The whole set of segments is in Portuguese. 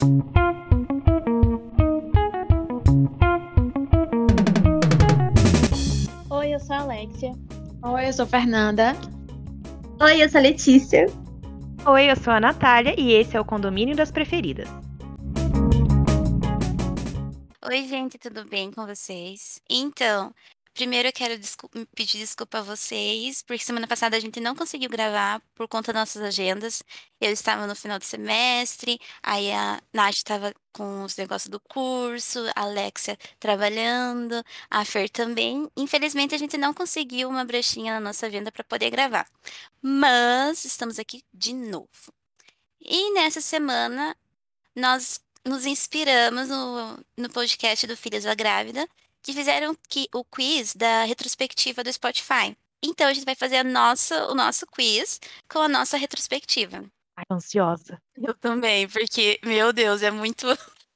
Oi, eu sou a Alexia. Oi, eu sou Fernanda. Oi, eu sou a Letícia. Oi, eu sou a Natália e esse é o Condomínio das Preferidas. Oi, gente, tudo bem com vocês? Então, primeiro eu quero pedir desculpa a vocês, porque semana passada a gente não conseguiu gravar por conta das nossas agendas. Eu estava no final do semestre, aí a Nath estava com os negócios do curso, a Alexia trabalhando, a Fer também. Infelizmente, a gente não conseguiu uma brechinha na nossa agenda para poder gravar. Mas estamos aqui de novo. E nessa semana nós nos inspiramos no podcast do Filhas da Grávida, que fizeram o quiz da retrospectiva do Spotify. Então, a gente vai fazer o nosso quiz com a nossa retrospectiva. Ai, ansiosa. Eu também, porque, meu Deus, é muito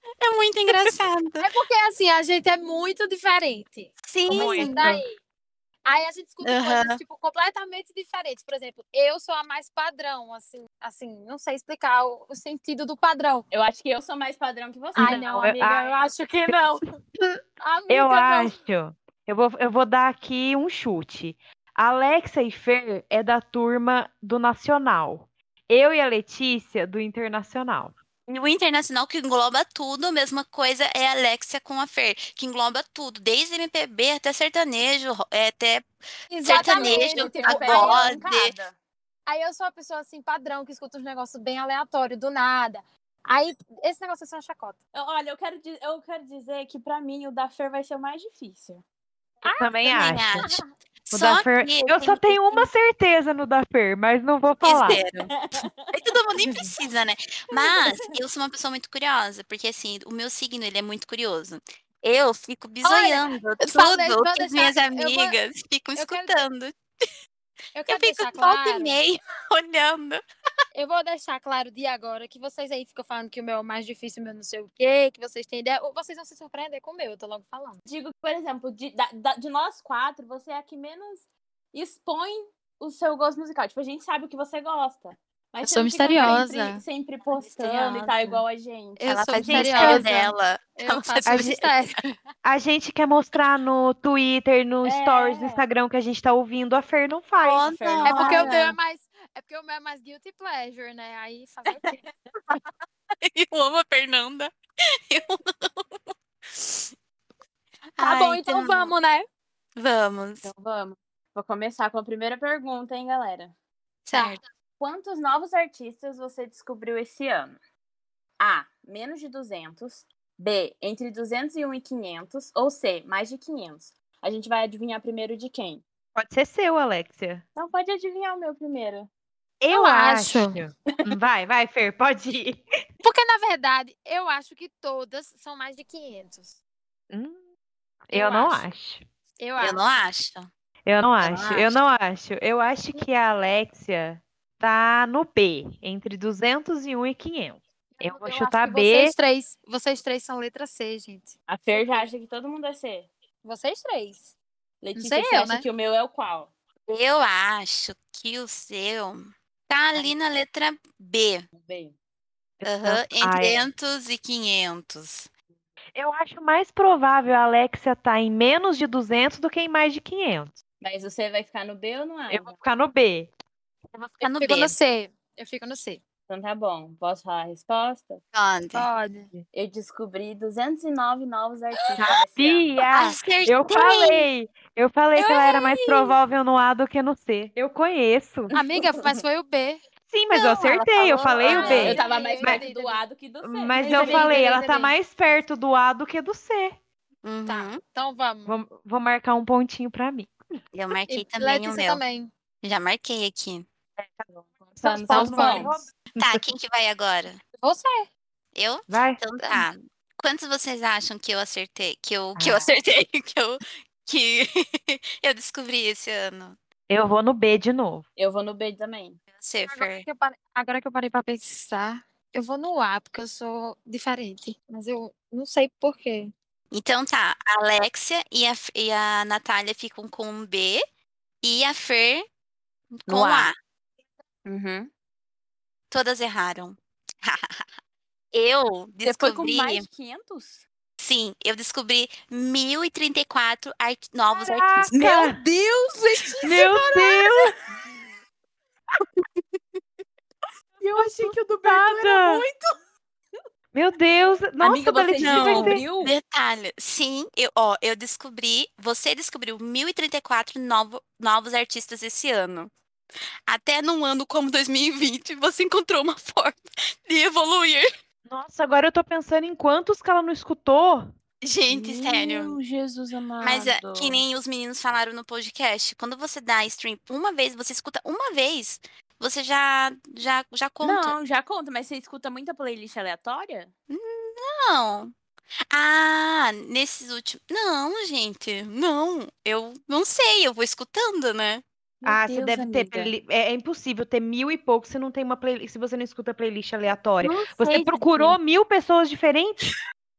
engraçado. É porque, assim, a gente é muito diferente. Sim. Começando daí. Aí a gente escuta coisas, tipo, completamente diferentes. Por exemplo, eu sou a mais padrão, assim, não sei explicar o sentido do padrão. Eu acho que eu sou mais padrão que você. Ai, não, amiga, eu acho que não. Amiga, Eu não. acho. Eu vou dar aqui um chute. Alexia e Fer é da turma do Nacional. Eu e a Letícia, do Internacional. O internacional que engloba tudo, a mesma coisa é a Alexia com a Fer, que engloba tudo, desde MPB até sertanejo, até Exatamente, sertanejo, tipo, pagode. Aí eu sou uma pessoa, assim, padrão, que escuta uns negócios bem aleatórios, do nada. Aí, esse negócio é uma chacota. Olha, eu quero dizer que pra mim o da Fer vai ser o mais difícil. Eu também acho. O Só da Fer, que eu só tenho uma certeza no da Fer, mas não vou falar. zero. Aí todo mundo nem precisa, né? Mas eu sou uma pessoa muito curiosa, porque assim, o meu signo, ele é muito curioso. Eu fico bisoiando tudo que as minhas amigas ficam escutando. Eu Eu quero fico deixar volta claro. e meia olhando. Eu vou deixar claro de agora que vocês aí ficam falando que o meu é o mais difícil, o meu não sei o quê, que vocês têm ideia. Vocês vão se surpreender com o meu, eu tô logo falando. Digo que, por exemplo, de nós quatro, você é a que menos expõe o seu gosto musical. Tipo, a gente sabe o que você gosta. Mas Eu você sou não fica misteriosa. sempre postando e Misteriosa. tal, igual a gente. Eu Ela sou faz o misteriosa. mistério dela. Eu Ela faz faço o mistério. A gente quer mostrar no Twitter, no É. Stories, no Instagram que a gente tá ouvindo, a Fer não faz. Fer não É porque o para. meu é mais guilty pleasure, né? Aí fazer o quê? Eu amo a Fernanda. Eu amo. Tá bom, então vamos, né? Vamos. Então vamos. Vou começar com a primeira pergunta, hein, galera? Certo. Quantos novos artistas você descobriu esse ano? A, menos de 200. B, entre 201 e 500. Ou C, mais de 500. A gente vai adivinhar primeiro de quem? Pode ser seu, Alexia. Então pode adivinhar o meu primeiro. Eu acho. Vai, Fer, pode ir. Porque, na verdade, eu acho que todas são mais de 500. Eu não acho. Eu Eu não acho. Eu acho que a Alexia tá no B, entre 201 e 500. Eu vou chutar acho que B. vocês três são letra C, gente. A Fer já acha que todo mundo é C. Vocês três. Letícia, sei você eu, acha né? que o meu é o qual? Eu acho que o seu tá ali na letra B. B. Entre 200 e 500. Eu acho mais provável a Alexia tá em menos de 200 do que em mais de 500. Mas você vai ficar no B ou no A? Eu vou ficar no B. Eu vou ficar no Fico B. no C. Eu fico no C. Então tá bom. Posso falar a resposta? Pode. Pode. Eu descobri 209 novos artistas esse ano. Sabia! Acertei! Eu falei que ela era mais provável no A do que no C. Eu conheço. Amiga, mas foi o B. Sim, mas eu Não, acertei, eu ela falei falou o A. B. Eu tava mais Mas- perto do A do que do C. Mas eu Entendi, falei, ela tá entendi. mais perto do A do que do C. Uhum. Tá, então vamos. Vou marcar um pontinho pra mim. Eu marquei E também o Letícia meu. também. Já marquei aqui. Começando Então seus vamos. pontos. Tá, quem que vai agora? Você. Eu? Vai. Então tá. Quantos vocês acham que eu acertei? Que eu acertei? Que eu descobri esse ano? Eu vou no B de novo. Eu vou no B também. Você, Fer. Agora que eu parei pra pensar, eu vou no A, porque eu sou diferente. Mas eu não sei por quê. Então tá, a Alexia e a Natália ficam com um B e a Fer com No A. A. Uhum. Todas erraram. Eu Você foi com descobri. mais de 500? Sim, eu descobri 1.034 novos Caraca! artistas. Meu Deus, Letícia! Meu Deus! Eu achei que o do Berto era Nada! muito. Meu Deus! Nossa, Amiga, da você Letícia vai ter... descobriu? Detalhe, sim, eu descobri, você descobriu 1.034 novos artistas esse ano. Até num ano como 2020, você encontrou uma forma de evoluir. Nossa, agora eu tô pensando em quantos que ela não escutou. Gente, sério. Meu Jesus amado. Mas que nem os meninos falaram no podcast, quando você dá stream uma vez, você escuta uma vez, você já conta. Não, já conta, mas você escuta muita playlist aleatória? Não. Ah, nesses últimos. Não, gente. Não. Eu não sei, eu vou escutando, né? Meu Ah, você Deus, deve ter. amiga. É impossível ter 1.000 e pouco se não tem uma playlist, se você não escuta playlist aleatória. Não Você sei procurou 1.000 pessoas diferentes?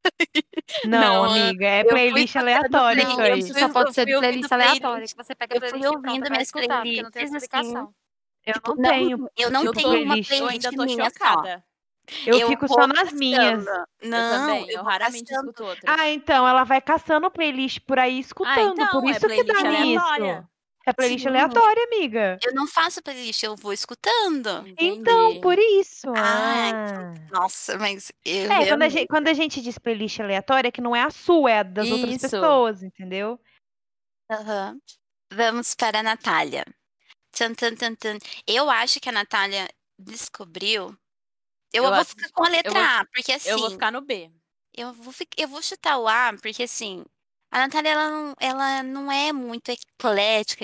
Não, Não, amiga, é eu fui playlist escutando aleatória isso aí. Isso só pode ser de ouvindo playlist aleatória, que você pega a Eu fui playlist ouvindo pronta pra minhas escutar, porque não tem playlists, assim. explicação. Eu Tipo, não tenho. eu não Eu tenho uma playlist. Eu playlist ainda tô minha só. chocada. Eu Eu fico vou só nas caçando. minhas. Não, Eu também. Eu vou raramente caçando. escuto outras. Ah, então ela vai caçando playlist por aí escutando. então, Por é isso que playlist dá aleatória. nisso. É playlist Sim. aleatória, amiga. Eu não faço playlist, eu vou escutando. Então, Entendi. por isso. Ai, Ah. Nossa, mas eu É, realmente. quando a gente diz playlist aleatória, é que não é a sua, é a das outras Isso. pessoas, entendeu? Aham. Vamos para a Natália. Tan, tan, tan, tan. Eu acho que a Natália descobriu. Eu vou acho- ficar com a letra A, porque assim. Eu vou ficar no B. Eu vou chutar o A, porque assim. A Natália, ela não é muito eclética.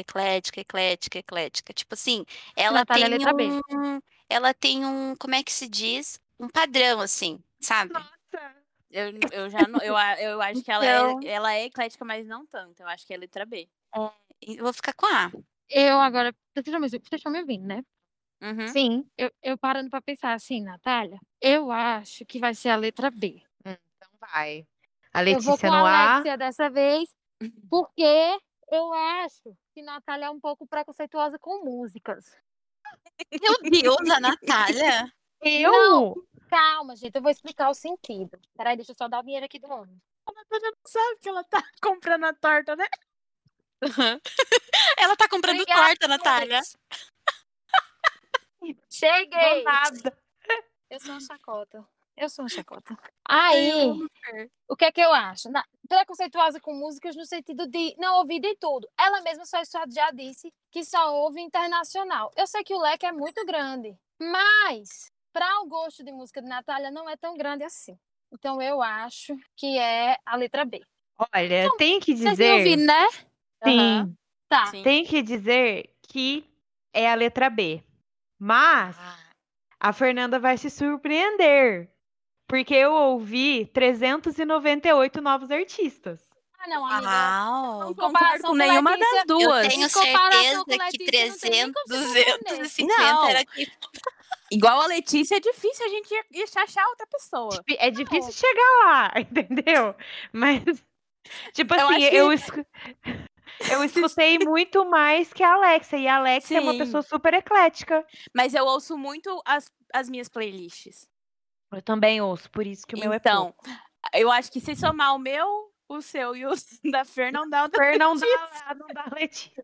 Tipo assim, ela Natália é tem letra B. ela tem um, como é que se diz? Um padrão, assim, sabe? Eu já não, eu acho que Então- ela é eclética, mas não tanto. Eu acho que é letra B. Eu vou ficar com A. Eu agora. Vocês estão me ouvindo, né? Uhum. Sim. Eu parando pra pensar assim, Natália, eu acho que vai ser a letra B. Então vai. A Eu vou Letícia com no a A. Alexia dessa vez, porque eu acho que Natália é um pouco preconceituosa com músicas. Meu Deus, a Natália. Eu? Não. Calma, gente, eu vou explicar o sentido. Peraí, deixa eu só dar o dinheiro aqui do homem. A Natália não sabe que ela tá comprando a torta, né? Ela tá comprando Obrigada, torta, Natália. Cheguei! Do nada. Eu sou uma chacota. Aí, o que é que eu acho? Preconceituosa com músicas no sentido de não ouvir de tudo. Ela mesma só já disse que só ouve internacional. Eu sei que o leque é muito grande, mas para o gosto de música de Natália não é tão grande assim. Então eu acho que é a letra B. Olha, tem que Vocês me ouviram, dizer. né? Sim. Tá. Sim. Tem que dizer que é a letra B. Mas a Fernanda vai se surpreender. Porque eu ouvi 398 novos artistas. Ah, não, amiga. Uau. Não Em concordo comparação com com nenhuma Letícia, das duas. Eu tenho Em comparação certeza com que Letícia, não tem nem 300, como se surpreender. 250 Não. era aqui. Igual a Letícia, é difícil a gente ir achar outra pessoa. É difícil chegar lá, entendeu? Mas, tipo Eu assim, acho que- eu escutei muito mais que a Alexia. E a Alexia é uma Sim. pessoa super eclética. Mas eu ouço muito as minhas playlists. Eu também ouço, por isso que o meu é Então, pouco. eu acho que se somar o meu, o seu e o da Fer, não dá o da Fer não Letícia. dá Letícia.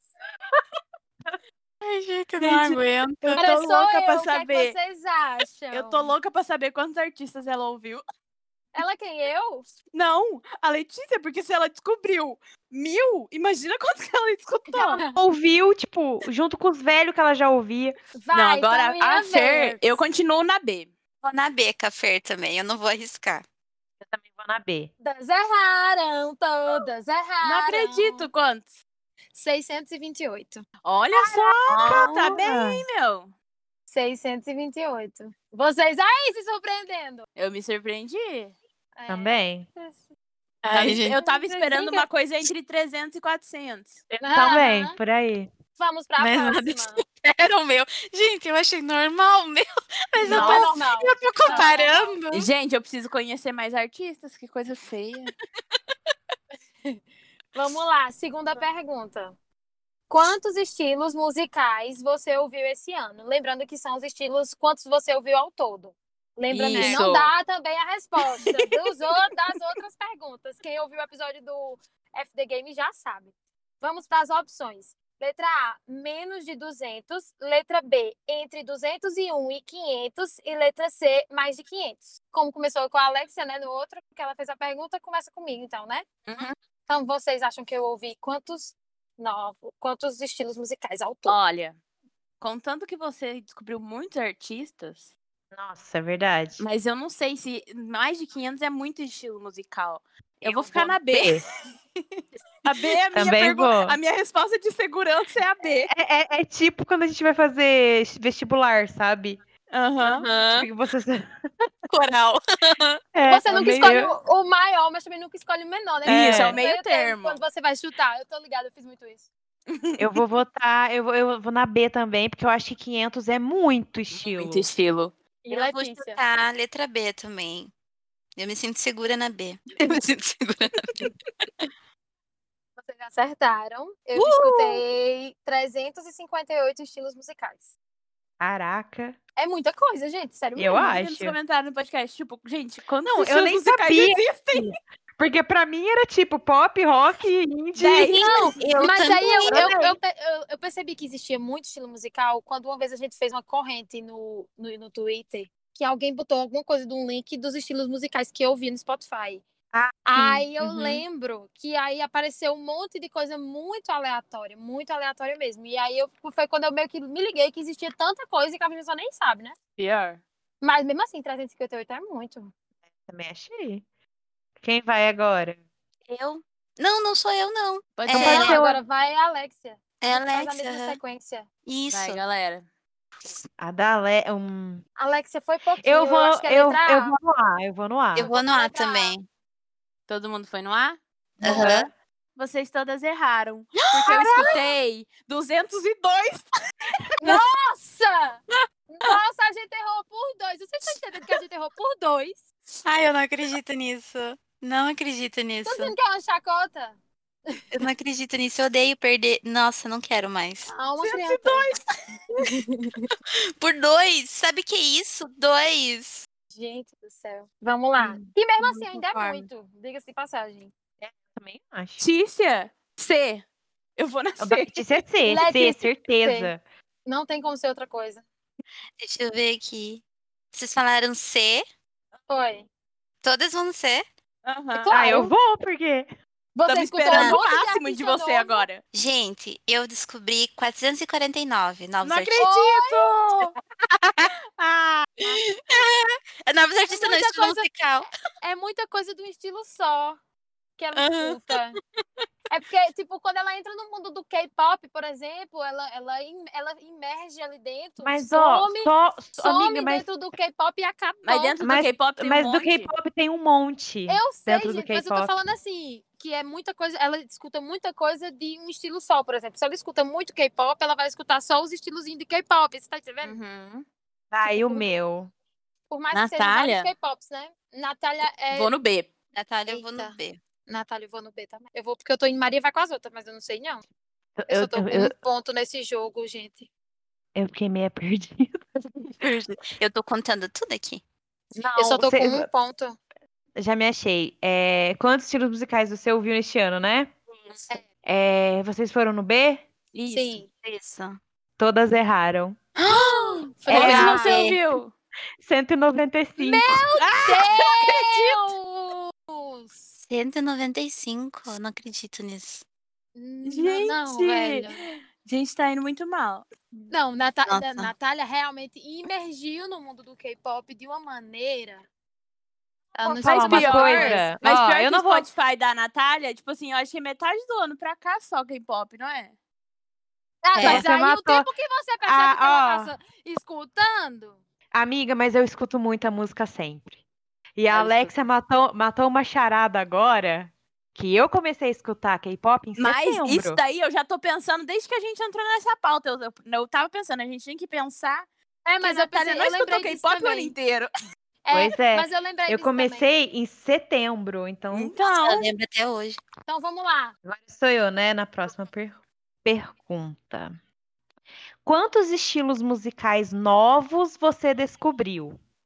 Ai, gente, eu não aguento. Eu Agora tô sou louca eu, pra o que é que saber. vocês acham? Eu tô louca pra saber quantos artistas ela ouviu. Ela quem? Eu? Não, a Letícia, porque se ela descobriu 1.000, imagina quantos que ela escutou. Ouviu, tipo, junto com os velhos que ela já ouvia. Vai, Não, agora então minha a Fer, vez. eu continuo na B. Vou na B, Fer também, eu não vou arriscar. Eu também vou na B. Todas erraram, todas erraram. Não acredito quantos. 628. Olha só, tá Ah, bem, meu. 628. Vocês aí se surpreendendo. Eu me surpreendi. É. Também. Ai, gente. Eu tava Vocês esperando brincam? uma coisa entre 300 e 400. Também, Aham. por aí. Vamos pra Mas nada próxima. Era o meu. Gente, eu achei normal o meu. Mas Não eu é tô, normal. eu tô comparando. Gente, eu preciso conhecer mais artistas, que coisa feia. Vamos lá, segunda pergunta. Quantos estilos musicais você ouviu esse ano? Lembrando que são os estilos, quantos você ouviu ao todo? Lembrando que Isso. não dá também a resposta das outras perguntas. Quem ouviu o episódio do FD Game já sabe. Vamos para as opções. Letra A, menos de 200. Letra B, entre 201 e 500. E letra C, mais de 500. Como começou com a Alexia, né? No outro, que ela fez a pergunta, começa comigo, então, né? Uhum. Então, vocês acham que eu ouvi quantos estilos musicais ao todo? Olha, contanto que você descobriu muitos artistas, Nossa, é verdade. mas eu não sei se mais de 500 é muito estilo musical. Eu vou Eu ficar vou na no B. B. A B é a minha Também pergunta. vou. A minha resposta de segurança é a B. É tipo quando a gente vai fazer vestibular, sabe? Aham. Tipo que você... Coral. Você nunca escolhe o maior, mas também nunca escolhe o menor, né? Isso, é o No meio termo. Quando você vai chutar. Eu tô ligada, eu fiz muito isso. Eu vou votar, eu vou na B também, porque eu acho que 500 é muito estilo. Muito estilo. E Eu vou Letícia? chutar a letra B também. Eu me sinto segura na B. Eu me sinto segura na B. Vocês acertaram. Eu escutei 358 estilos musicais. Caraca. É muita coisa, gente. Sério Eu mesmo. Manda nos acho. comentários no podcast, tipo, gente, quantos Não, eu estilos nem musicais sabia. existem? Porque pra mim era tipo pop, rock, indie. 10. Não, Eu mas também. aí eu percebi que existia muito estilo musical quando uma vez a gente fez uma corrente no Twitter que alguém botou alguma coisa de um link dos estilos musicais que eu ouvi no Spotify. Ah, sim. Aí eu Uhum. lembro que aí apareceu um monte de coisa muito aleatória mesmo. E aí foi quando eu meio que me liguei que existia tanta coisa que a pessoa nem sabe, né? Pior. Mas mesmo assim, 358 é muito. Também achei. Quem vai agora? Eu? Não sou eu, não. Pode É, ser. pode Não, ser agora vai a Alexia. É A gente faz a Alexia, mesma aham. sequência. Isso. Vai, galera. A da Le... Alexia foi pouquinho, Eu vou, acho que é eu, letra eu A. vou no A, eu vou no A. Eu vou no A Letra A. também. Todo mundo foi no A? Aham. Vocês todas erraram. Porque eu escutei 202. Nossa! Nossa, a gente errou por 2. Vocês estão entendendo que a gente errou por 2? Ai, eu não acredito nisso. Não acredito nisso. Estão dizendo que é uma chacota? Eu não acredito nisso. Eu odeio perder. Nossa, não quero mais. Ah, uma criança. 202. Por 2. Sabe o que é isso? 2. Gente do céu. Vamos lá. E mesmo assim ainda é concordo. muito. Diga-se de passagem. Também acho. Tícia. C. Eu vou na O da C. Letícia é C, C, Letícia, certeza. Não tem como ser outra coisa. Deixa eu ver aqui. Vocês falaram C. Foi. Todas vão C. Aham. Claro. Ah, eu vou, porque... Você Tamo escutou esperando um o monte de máximo de artista você novo. agora. Gente, eu descobri 449 novos Não artistas. acredito! Ah, Novos artistas no muita estilo coisa. musical. É muita coisa de um estilo só que ela Aham. escuta. É porque, tipo, quando ela entra no mundo do K-pop, por exemplo, ela imerge ali dentro, Mas, ó, some amiga, mas, dentro do K-pop e acabou. mas dentro do Mas- K-pop tem mas um do monte. K-pop tem um monte. Eu sei, dentro do gente, mas eu tô K-pop. falando assim, que é muita coisa, ela escuta muita coisa de um estilo só, por exemplo. Se ela escuta muito K-pop, ela vai escutar só os estilozinhos de K-pop, você tá entendendo? Uhum. Aí o meu. Por mais que sejam Natália? vários K-pops, né? Natália é... Vou no B. Natália, eu vou Eita. no B. Natália, eu vou no B também. Eu vou porque eu tô em Maria vai com as outras, mas eu não sei não. Eu só tô com um ponto nesse jogo, gente. Eu fiquei meio perdida. Eu tô contando tudo aqui. Não, Eu só tô com um ponto. Já me achei. Quantos estilos musicais você ouviu neste ano, né? Vocês foram no B? Isso. Sim. Isso. Todas erraram. Foi Quantos É, você ouviu? 195. Deus! 195. Eu não acredito nisso. Não, velho. Gente, tá indo muito mal. Não, Nossa. Natália realmente imergiu no mundo do K-pop de uma maneira. Ela não Posso falar escuta uma só- coisa? Mas Ó, pior eu que não o vou- Spotify da Natália, tipo assim, eu achei metade do ano pra cá só K-pop, não é? Ah, É. mas Você aí o matou- tempo que você percebe Ah, que ela ó. tá escutando. Amiga, mas eu escuto muita música sempre. E a Eu Alexia matou uma charada agora que eu comecei a escutar K-pop em Mas setembro. isso daí eu já tô pensando desde que a gente entrou nessa pauta. Eu tava pensando, a gente tinha que pensar É, que a mas eu Natália pensei, não eu escutou lembrei disso K-pop o ano também. inteiro. Pois é. Mas eu lembrei Eu disso também. comecei em setembro, então Então, Eu lembro até hoje. Então vamos lá. agora sou eu, né? Na próxima pergunta. Quantos estilos musicais novos você descobriu?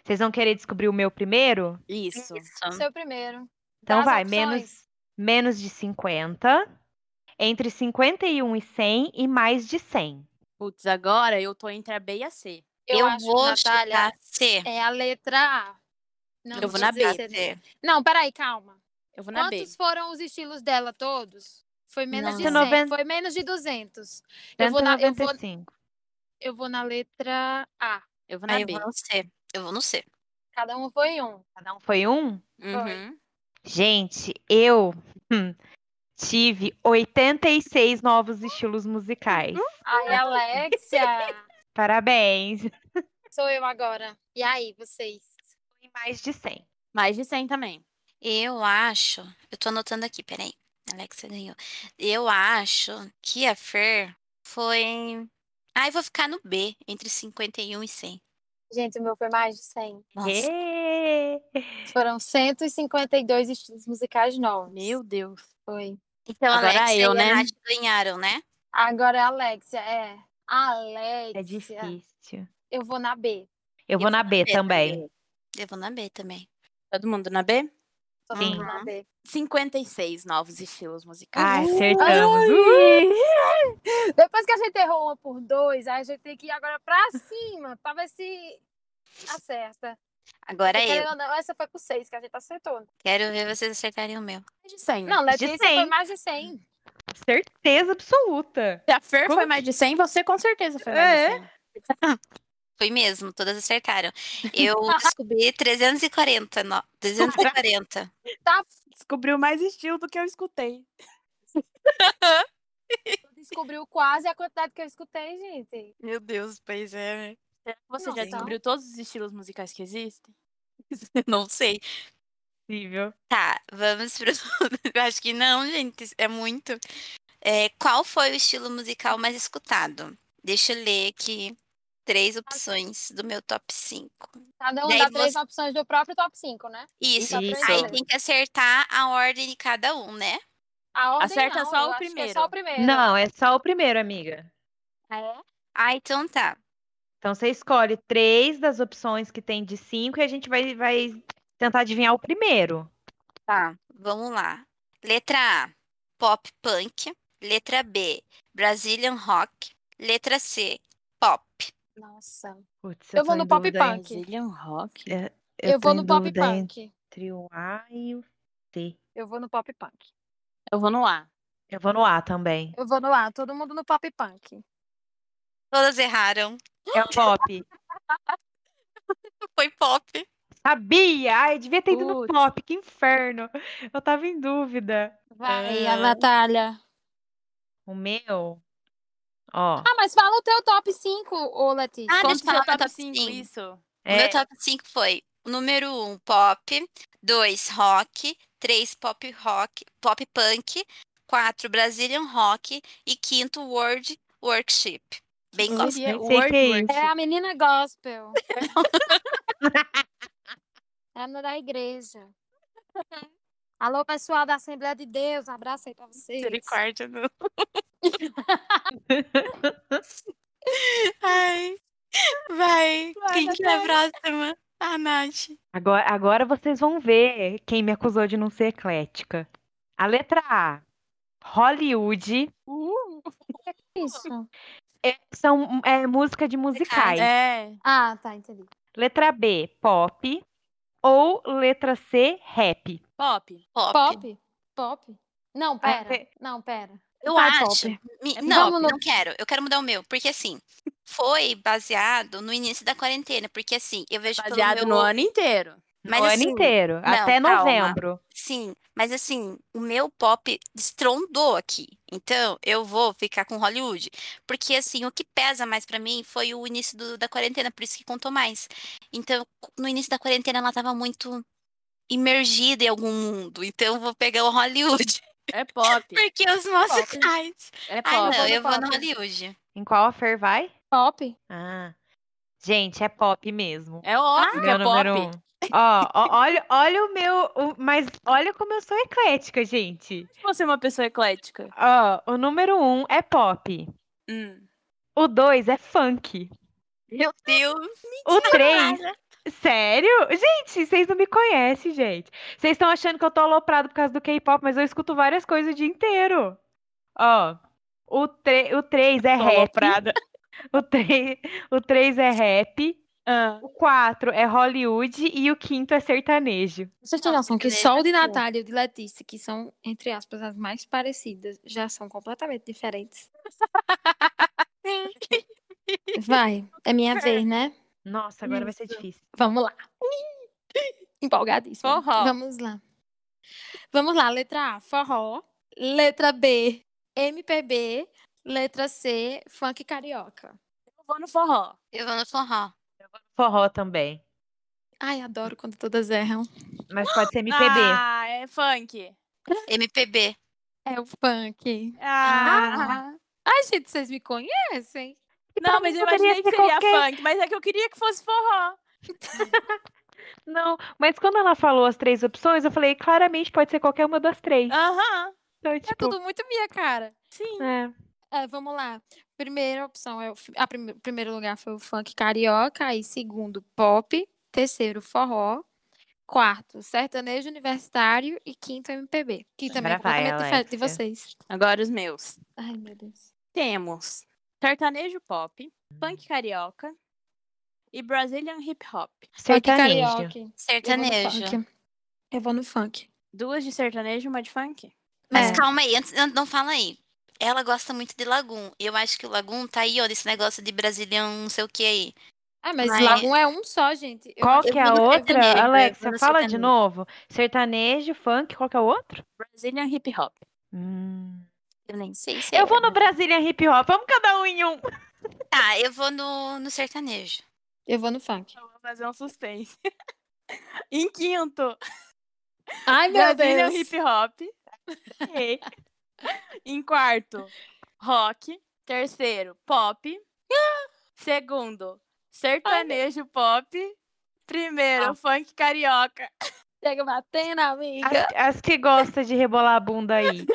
Vocês vão querer descobrir o meu primeiro? Isso. Seu primeiro. Então Dá as vai, opções. menos de 50, entre 51 e 100 e mais de 100. Putz, agora eu tô entre a B e a C. Eu acho, vou Natália, chutar C. é a letra A. Não, Eu vou não na dizer B. C. Não, peraí, calma. Eu vou na B. Quantos foram os estilos dela todos? Foi menos de 100. 190. Foi menos de 200. Eu vou na 195. letra A. Eu vou na Aí eu B. vou no C. Eu vou no C. Cada um foi um. Cada um foi um? Uhum. Gente, eu tive 86 novos estilos musicais. Ai, Alexia. Parabéns. Sou eu agora. E aí, vocês? Foi mais de 100. Mais de 100 também. Eu acho. Eu tô anotando aqui, peraí. Alexa ganhou. Eu acho que a Fer foi. Eu vou ficar no B, entre 51 e 100. Gente, o meu foi mais de 100. Nossa. Ê! Foram 152 estilos musicais novos. Meu Deus. Foi. Então, Agora Alexa eu, e né? a Nath ganharam, né? Agora é a Alexia. É Alexia. difícil. Eu vou na B. Eu vou na B também. Eu vou na B também. Todo mundo na B? Todo Sim. mundo na B. 56 novos estilos musicais. Ah, acertamos. Depois que a gente errou uma por 2, aí a gente tem que ir agora pra cima, pra ver se acerta. Agora Porque, eu. querendo ou não, essa foi por 6 que a gente acertou. Quero ver vocês acertarem o meu. Mais de 100. Não, Mais de Letícia 100. foi mais de 100. Certeza absoluta. Se a Fer Como foi mais de 100, você com certeza foi mais de 100. Foi mesmo, todas acertaram. Eu descobri 340. 340. Descobriu mais estilo do que eu escutei. Descobriu quase a quantidade que eu escutei, gente. Meu Deus, pois é. Você Nossa. já descobriu todos os estilos musicais que existem? Não sei. Possível. Tá, vamos pro. Eu acho que não, gente. É muito. Qual foi o estilo musical mais escutado? Deixa eu ler aqui 3 opções do meu top 5. Cada um Daí dá 3 você- opções do próprio top 5, né? Isso. Só três Aí vezes. tem que acertar a ordem de cada um, né? A ordem Acerta não, só eu o acho que é primeiro. só o primeiro. Não, é só o primeiro, amiga. Então tá. Então você escolhe 3 das opções que tem de 5 e a gente vai tentar adivinhar o primeiro. Tá, vamos lá. Letra A, pop punk. Letra B, Brazilian rock. Letra C, pop. Nossa. Putz, Eu vou tô no em pop dúvida punk. Brazilian Rock. Eu tô vou em no pop dúvida punk. entre o A e o C. Eu vou no pop punk. Eu vou no A. Eu vou no A também. Eu vou no A, todo mundo no pop punk. Todas erraram. É o pop. Foi pop. Sabia! Ai, devia ter ido no Putz. pop, que inferno. Eu tava em dúvida. Vai, a Natália. O meu, ó, Ah, mas fala o teu top 5, ô Letícia. Ah, Conta deixa eu falar seu meu top top 5, 5. isso. O é, meu top 5 foi o número 1, pop. 2, rock. 3, pop rock, pop punk. 4, Brazilian rock. E 5, world worship. Bem Que gosto. seria Nem sei World que é Worship. É a menina gospel. É a menina da igreja. Alô, pessoal da Assembleia de Deus. Abraço aí pra vocês. Misericórdia, não. Ai, vai. Quem que é a próxima? A Nath. agora vocês vão ver quem me acusou de não ser eclética. A letra A, Hollywood, Isso. são música de musicais. É. Ah, tá, entendi. Letra B, pop. Ou letra C, rap. Pop. Pop? Pop? Não, pera. você- Não, pera. Eu Vai, acho. pop. Não, Vamos no- não quero. Eu quero mudar o meu. Porque assim, foi baseado no início da quarentena. Porque assim, eu vejo Baseado pelo no meu. ano inteiro. Mas o assim, ano inteiro, não, até calma. novembro. Sim, mas assim, o meu pop estrondou aqui. Então, eu vou ficar com Hollywood. Porque, assim, o que pesa mais pra mim foi o início da quarentena, por isso que contou mais. Então, no início da quarentena, ela tava muito imergida em algum mundo. Então, eu vou pegar o Hollywood. É pop. Porque os musicais. É Ai, pop. não, eu vou no pop. Hollywood. Em qual a Fer vai? Pop? Ah, gente, é pop mesmo. É óbvio que Meu é número pop. 1. Olha o meu. Mas olha como eu sou eclética, gente. Você é uma pessoa eclética. Ó, o número 1 é pop. Hum. O 2 é funk. Meu Deus. O 3 Sério? Gente, vocês não me conhecem, gente. Vocês estão achando que eu tô aloprado por causa do K-pop, mas eu escuto várias coisas o dia inteiro. Ó, o 3 é Tô rap. aloprada. O 3, o 3 é rap. Ah. O 4 é Hollywood e o 5º é sertanejo. Vocês têm Não, noção que sertanejo só o de é bom. Natália e o de Letícia, que são, entre aspas, as mais parecidas, já são completamente diferentes. Vai, é minha vez, né? Nossa, agora vai ser Isso. difícil. Vamos lá. Empolgadíssima. Forró. Vamos lá. Vamos lá, letra A, forró. Letra B, MPB. Letra C, funk carioca. Eu vou no forró. Eu vou no forró. Forró também. Ai, adoro quando todas erram. Mas pode ser MPB. Ah, é funk. MPB. É o funk. Ah. Ai, gente, vocês me conhecem? Não, mas eu poderia imaginei que ser seria qualquer- funk, mas é que eu queria que fosse forró. Não, mas quando ela falou as 3 opções, eu falei, claramente pode ser qualquer uma das 3. Aham. Então, É tipo, tudo muito minha cara. Sim. Vamos lá. Primeira opção é primeiro lugar foi o funk carioca, aí segundo pop, terceiro forró, quarto sertanejo universitário e quinto MPB, que também é Agora vai, completamente diferente de Alexia. vocês. Agora os meus. Ai, meu Deus. Temos sertanejo pop, funk carioca e Brazilian hip hop. Funk sertanejo. carioca. Sertanejo. Eu vou no funk. 2 de sertanejo e uma de funk? Mas É. calma aí, antes, não fala aí. Ela gosta muito de Lagoon. Eu acho que o Lagoon tá aí, ó, desse negócio de Brazilian não sei o que aí. Ah, mas Mas- Lagoon é um só, gente. Qual acho que é a vou no outra? sertanejo, eu Alexia, vou no fala de sertanejo. novo. Sertanejo, funk, qual que é o outro? Brazilian hip hop. Eu nem sei se Eu é. vou no Brazilian Hip Hop. Vamos cada um em um. Tá, eu vou no sertanejo. Eu vou no funk. Eu vou fazer um suspense. Em quinto, Ai, meu Brazilian Deus. hip hop. Em quarto, rock. Terceiro, pop. Segundo, sertanejo pop. Primeiro, funk carioca. Chega batendo, amiga. As que gostam de rebolar a bunda aí.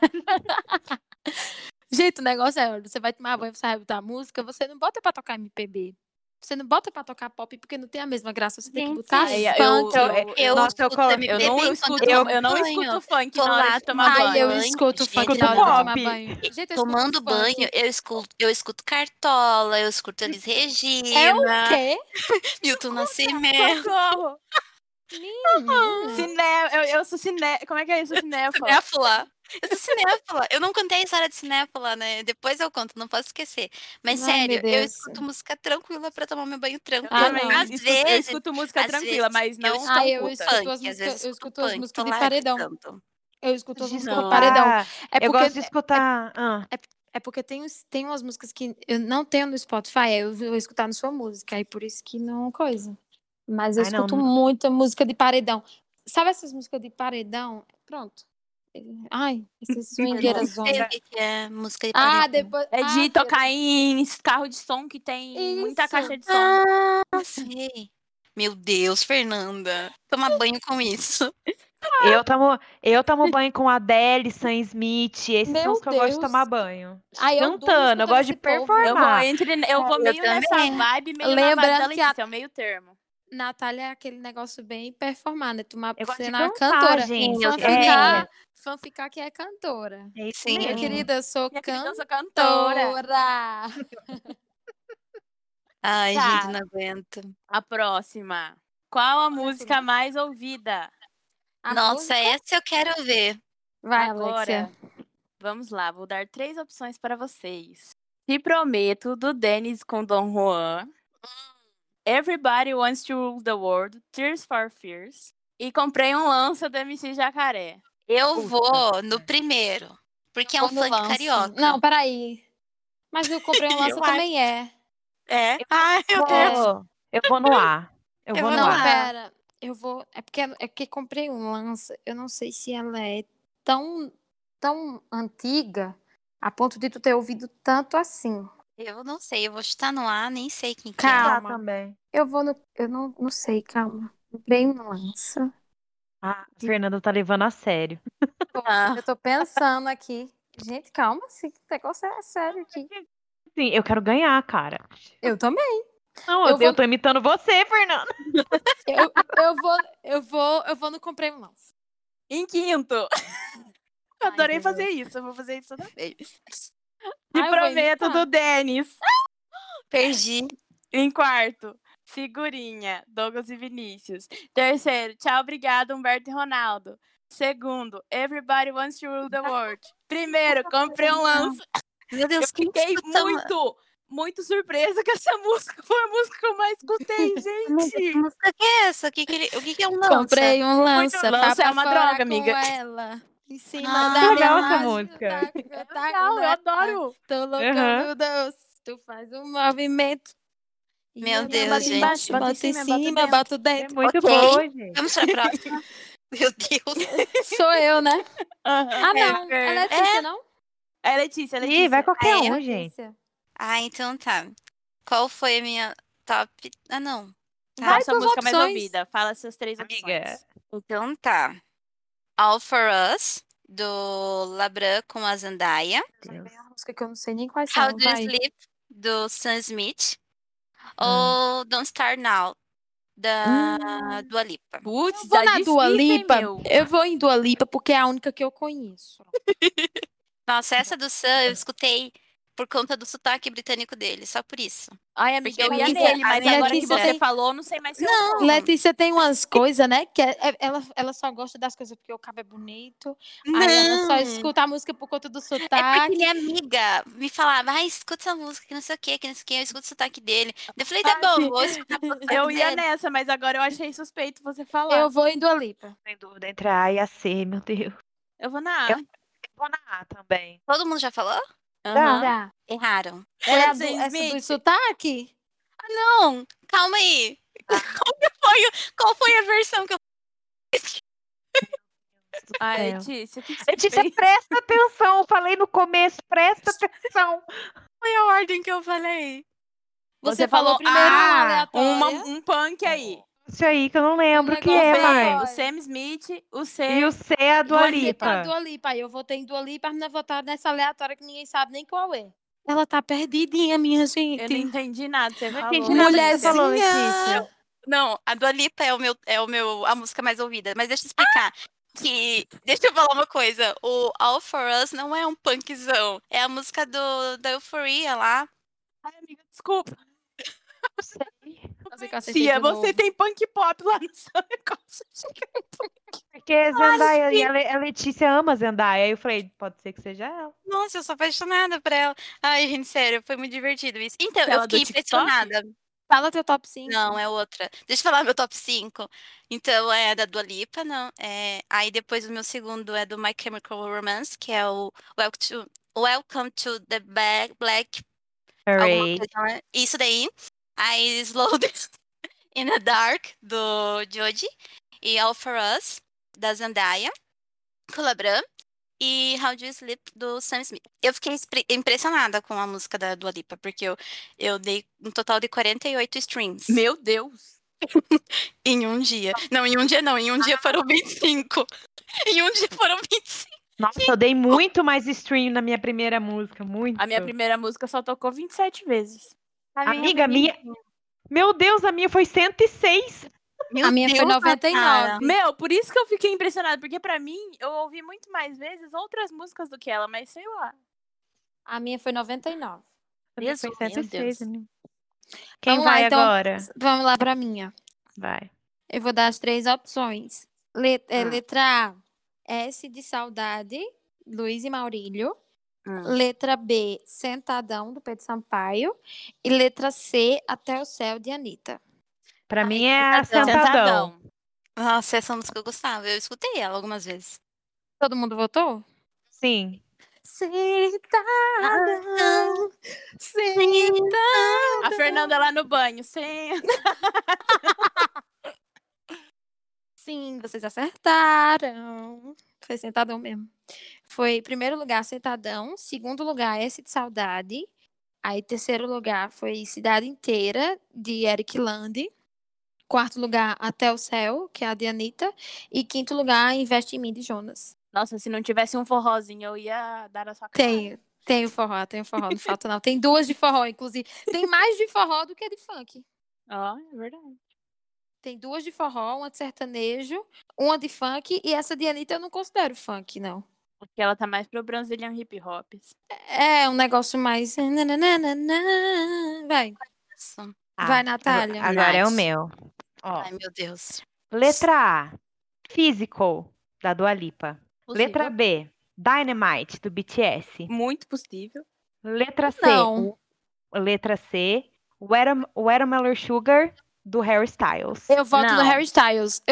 Gente, o negócio é, você vai tomar banho, você vai botar música, você não bota pra tocar MPB. Você não bota pra tocar pop porque não tem a mesma graça. Você tem que Gente, botar Ai, funk. Nossa, eu colo- Eu não escuto, eu- eu não escuto funk Tô na hora lá de tomar tomando banho. Eu escuto gente, funk escuto na hora de tomar pop. banho. Gente, eu escuto Tomando funk. banho, eu escuto Cartola, eu escuto Elis É o Regina, quê? Milton Nascimento. Socorro! Menina. Eu sou Como é que é isso, cinéfila? Cinéfila. Eu sou cinéfila. Eu não contei a história de cinéfila, né? Depois eu conto, não posso esquecer. Mas Ai, sério, meu eu Deus. escuto música tranquila pra tomar meu banho Eu tranquilo. também não. Às escuto, vezes, eu escuto música às tranquila, vezes mas não eu tão eu puta. escuto funk, as às músicas- vezes eu escuto as funk, músicas tô de lá paredão. cantando. Eu escuto as músicas Não. de paredão. É eu porque, gosto de escutar. é porque tem umas músicas que eu não tenho no Spotify, aí eu vou escutar na sua música, aí por isso que não coisa. Mas eu Ai, não, escuto não. muita música de paredão. Sabe essas músicas de paredão? Pronto. Ai, essas Eu não swingueiras sei o zona. que é música de Ah, paredão. depois. É de filha, tocar em carro de som que tem muita Isso. caixa de som. Ah, sei. Meu Deus, Fernanda. Toma banho com isso. Eu tomo banho com Adele, Sam Smith. Esses são Meu os que eu gosto de Deus. tomar banho. Ai, eu durmo Cantando, eu gosto de escutando esse povo. performar. Eu vou eu meio nessa também. vibe, meio na Lembrando vibe da que a- Letícia, é o meio termo. Natália é aquele negócio bem performar, né? Tomar Eu gosto de ser na cantar, cantora. gente. eu Fã ficar que é cantora. É isso Sim. Minha mesmo. querida, eu sou Minha querida, eu sou cantora. cantora. Ai, Tá. gente, não aguento. A próxima. Qual a música mais ouvida? A Nossa, música- essa eu quero ver. Vai, Agora, Alexia. vamos lá, vou dar 3 opções para vocês. Te Prometo, do Dennis com Dom Juan. Everybody Wants to Rule the World, Tears for Fears. E Comprei um Lança, do MC Jacaré. Eu Puta. vou no primeiro. Porque é um Vou no funk Lança. carioca. Não, peraí. Mas eu comprei um lança Eu também é. É? Ai, meu Deus. Eu vou no A. Eu Eu vou vou no Não, no A. A. pera. Eu vou. É porque comprei um lança. Eu não sei se ela é tão antiga a ponto de tu ter ouvido tanto assim. Eu não sei, eu vou chutar no A, nem sei quem que Calma. A também. Eu vou no. Eu não sei, calma. Comprei um lança. A Fernanda tá levando a sério. Ah, Eu tô pensando aqui. Gente, calma, esse negócio é sério aqui. Sim, eu quero ganhar, cara. Eu também. Não, eu tô imitando você, Fernanda. Eu vou no Comprei um Lance. Em quinto. Eu Ai, adorei Deus. fazer isso. Eu vou fazer isso toda vez. Ai, De eu vou prometo imitar. do Denis. Perdi. Em quarto, Figurinha, Douglas e Vinícius. Terceiro, Tchau, Obrigado, Humberto e Ronaldo. Segundo, Everybody Wants to Rule the World. Primeiro, Comprei um Lance. Meu Deus, Eu fiquei muito surpresa que essa música foi a música que eu mais escutei, Que gente. música que é essa? O que é um lança? Comprei um lança. Lança pra é uma fora droga, com amiga. ela. Em cima Ah, da que legal minha essa laje, música. taco Legal, eu adoro. Tô louca, Aham. meu Deus. Tu faz um movimento. E Meu eu Deus, bato gente. embaixo, Bato em bato em cima, bato cima, dentro. bato É dentro. muito Ok. boa, gente. Vamos pra próxima. Meu Deus. Sou eu, né? Ah, É, não. É Letícia, não? É Letícia, é Ih, Letícia. vai qualquer Ah, é? um, gente. Letícia. Ah, então tá. Qual foi a minha top? Ah, não. Tá. Qual a sua tuas música mais opções. ouvida? Fala suas 3 Amiga. opções. Então tá. All for Us, do Labran com a Zendaya. É uma música que eu não sei nem quais How são. Do You Vai. Sleep, do Sam Smith. Ou Don't Start Now, da Dua Lipa. Putz, Eu vou tá na Dua difícil, hein, Lipa. meu? Eu vou em Dua Lipa porque é a única que eu conheço. Nossa, essa do Sam eu escutei por conta do sotaque britânico dele, só por isso. Ai, amiga, Porque eu ia Letícia- nele, mas a agora que Letícia você tem- falou, eu não sei mais se eu Não. vou. Letícia tem umas coisas, né? Que ela só gosta das coisas porque o cabo é bonito. Aí ela só Não. escuta a música por conta do É porque sotaque. minha amiga me falava, escuta essa música, que não sei o que, eu escuto o sotaque dele. Eu falei, tá Ah, bom, sim. vou escutar o sotaque Eu ia dele. nessa, mas agora eu achei suspeito você falar. Eu vou em Dua Lipa. Sem dúvida entre a A e a C, meu Deus. Eu vou na A. Eu vou na A também. Todo mundo já falou? Aham. Tá. Erraram. Foi É a a do do, Sam essa do Smith? sotaque? Não, calma aí. Qual foi a versão que eu Ai, céu. Letícia, o que você Letícia, fez? presta atenção. Eu falei no começo, presta atenção. foi a ordem que eu falei? Você falou primeiro uma aleatória. um punk aí. Isso aí que eu não lembro o que negócio é, bem mãe. O Sam Smith, o C. E o C é a Dua Dua Você Lipa. tá Lipa. Dua Lipa. Aí eu votei em Dua Lipa, mas votar nessa aleatória que ninguém sabe nem qual é. Ela tá perdidinha, minha gente. Eu não entendi nada que você Não falou. entendi nada que você Mulherzinha. falou, Letícia. Não, a Dua Lipa a música mais ouvida. Mas deixa eu explicar. Deixa eu falar uma coisa. O All For Us não é um punkzão. É a música da Euphoria lá. Ai, amiga, desculpa. Não sei. Nossa, que eu acertei Cia, de você novo. tem punk pop lá no seu negócio. Porque Zendaya e a Letícia ama Zendaya. Aí eu falei, pode ser que seja ela. Nossa, eu sou apaixonada por ela. Ai, gente, sério, foi muito divertido isso. Então, eu Aquela do fiquei TikTok? impressionada. Fala teu top 5. Não, é outra. Deixa eu falar meu top 5. Então, é da Dua Lipa, não. Aí depois o meu segundo é do My Chemical Romance, que é o Welcome to the Black alguma Hooray. coisa, né? Isso daí. Aí Slow Dance in the Dark, do Joji. E All For Us, da Zendaya. Com Labran. E How Do You Sleep, do Sam Smith. Eu fiquei impressionada com a música da Dua Lipa, porque eu dei um total de 48 streams. Meu Deus. Em um dia. Não, em um dia não. Em um dia foram 25. Em um dia foram 25. Nossa, eu dei muito mais stream na minha primeira música. Muito. A minha primeira música só tocou 27 vezes. Amiga, Meu Deus, a minha foi 106. Meu A minha foi Deus, 99. Natara. Meu, por isso que eu fiquei impressionada, porque pra mim, eu ouvi muito mais vezes outras músicas do que ela, mas sei lá. A minha foi 99. A minha Meu foi Deus. 106. amiga. Quem Vamos lá, vai então. agora? Vamos lá pra minha. Vai. Eu vou dar as 3 opções. Letra A, S de Saudade, Luiz e Maurílio. Letra B, Sentadão, do Pedro Sampaio. E letra C, Até o Céu, de Anitta. Pra Ai, mim é a Sentadão. Sentadão. Nossa, essa música eu gostava. Eu escutei ela algumas vezes. Todo mundo votou? Sim. Sentadão, sentadão. A Fernanda lá no banho, senta. Sim, vocês acertaram. Foi Sentadão mesmo. Foi primeiro lugar Sentadão, segundo lugar S de Saudade. Aí terceiro lugar foi Cidade Inteira, de Eric Lande. Quarto lugar Até o Céu, que é a de Anitta. E quinto lugar Investe em Mim, de Jonas. Nossa, se não tivesse um forrozinho, eu ia dar na sua cara. Tem o forró, não falta não. Tem 2 de forró, inclusive. Tem mais de forró do que de funk. Ó, é verdade. Tem 2 de forró, uma de sertanejo, uma de funk, e essa de Anitta eu não considero funk, não. Porque ela tá mais pro Brazilian hip hop. É um negócio mais. Vai, Isso. vai, Natália. Agora é o Nath. meu. Ó, Ai, meu Deus. letra A, Physical, da Dua Lipa. Possível. Letra B, Dynamite, do BTS. Muito possível. Letra C, Não. Letra C, Watermelon Sugar, do Harry Styles. Eu voto no Não. Harry Styles.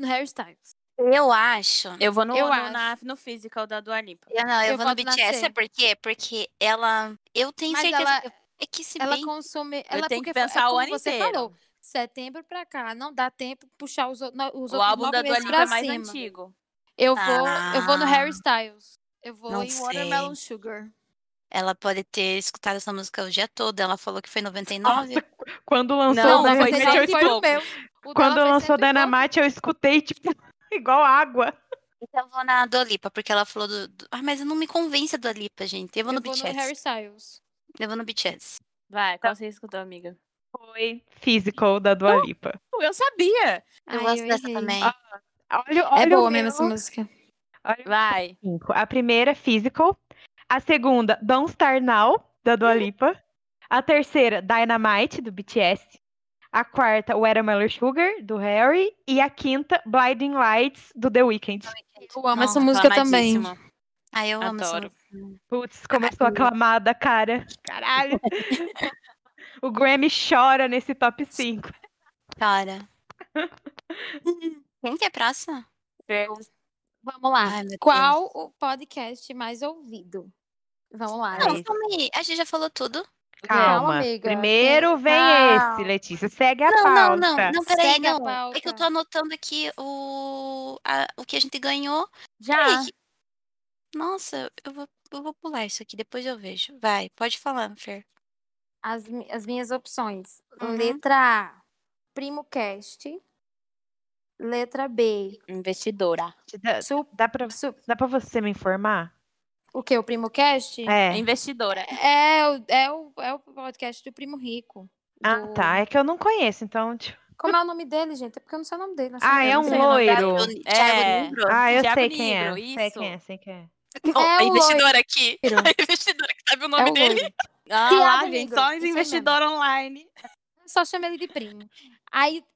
Eu acho. Eu vou no, Eu no physical da Dua Lipa. Eu vou no voto na BTS, C. sabe por quê? Porque ela. Eu tenho Mas certeza. ela- É que se Ela bem. consome. Eu Ela tenho porque que pensar é o como ano você inteiro. falou. Setembro pra cá, não dá tempo puxar os O outros álbum 9 da Dua meses Lipa pra é mais cima. antigo. Eu vou no Harry Ah, Styles. Eu vou não em sei. Watermelon Sugar. Ela pode ter escutado essa música o dia todo. Ela falou que foi em 99. Nossa, quando lançou Não, o foi Dynamite, 100 eu e foi o pouco. meu. O Quando dela foi lançou 100 e pouco. Dynamite, eu escutei, tipo, igual água. Então eu vou na Dua Lipa, porque ela falou Ah, mas eu não me convence a Dua Lipa, gente. Eu vou no Eu vou no BTS. Harry Styles. Eu vou no BTS. Vai, qual você escutou, amiga? Foi Physical, da Dua Lipa. Eu sabia. Eu Ai, gosto eu dessa errei. também. Olha É o boa meu. mesmo essa música. Olha Vai. 5. A primeira, Physical. A segunda, Don't Start Now, da Dua Lipa. A terceira, Dynamite, do BTS. A quarta, Watermelon Sugar, do Harry. E a quinta, Blinding Lights, do The Weeknd. Eu amo essa Nossa, música também. Aclamadíssimo. Ai, eu amo essa Adoro. música. Putz, como eu sou aclamada, cara. Caralho. O Grammy chora nesse top 5. Cara. Quem que é próxima? Vamos lá. Ai, meu Qual o podcast mais ouvido? Vamos lá. Não, Não, calma aí. A gente já falou tudo. Calma. amiga. Primeiro vem Calma. esse, Letícia. Segue a Não, pauta. não, peraí, Segue a não. pauta. É que eu tô anotando aqui o que a gente ganhou. Já. Peraí, Nossa, eu vou pular isso aqui, depois eu vejo. Vai, pode falar, Fer. As minhas opções. Uhum. Letra A, Primo Cast. Letra B, Investidora. Dá pra você me informar? o que? O Primo Cast? É. Investidora. É o podcast do Primo Rico. Ah, do- tá. É que eu não conheço, então. Tipo... Como é o nome dele, gente? É porque eu não sei o nome dele. Ah, é não um sei o nome loiro. Thiago Nigro. Ah, eu Thiago sei quem é. Nigro, Sei isso. quem é, sei quem é. Oh, É a o investidora aqui. loiro. A investidora que sabe o É nome o dele. loiro. Ah, Thiago lá, gente, Nigro, só isso os aí investidores online. Só chama ele de primo. Aí,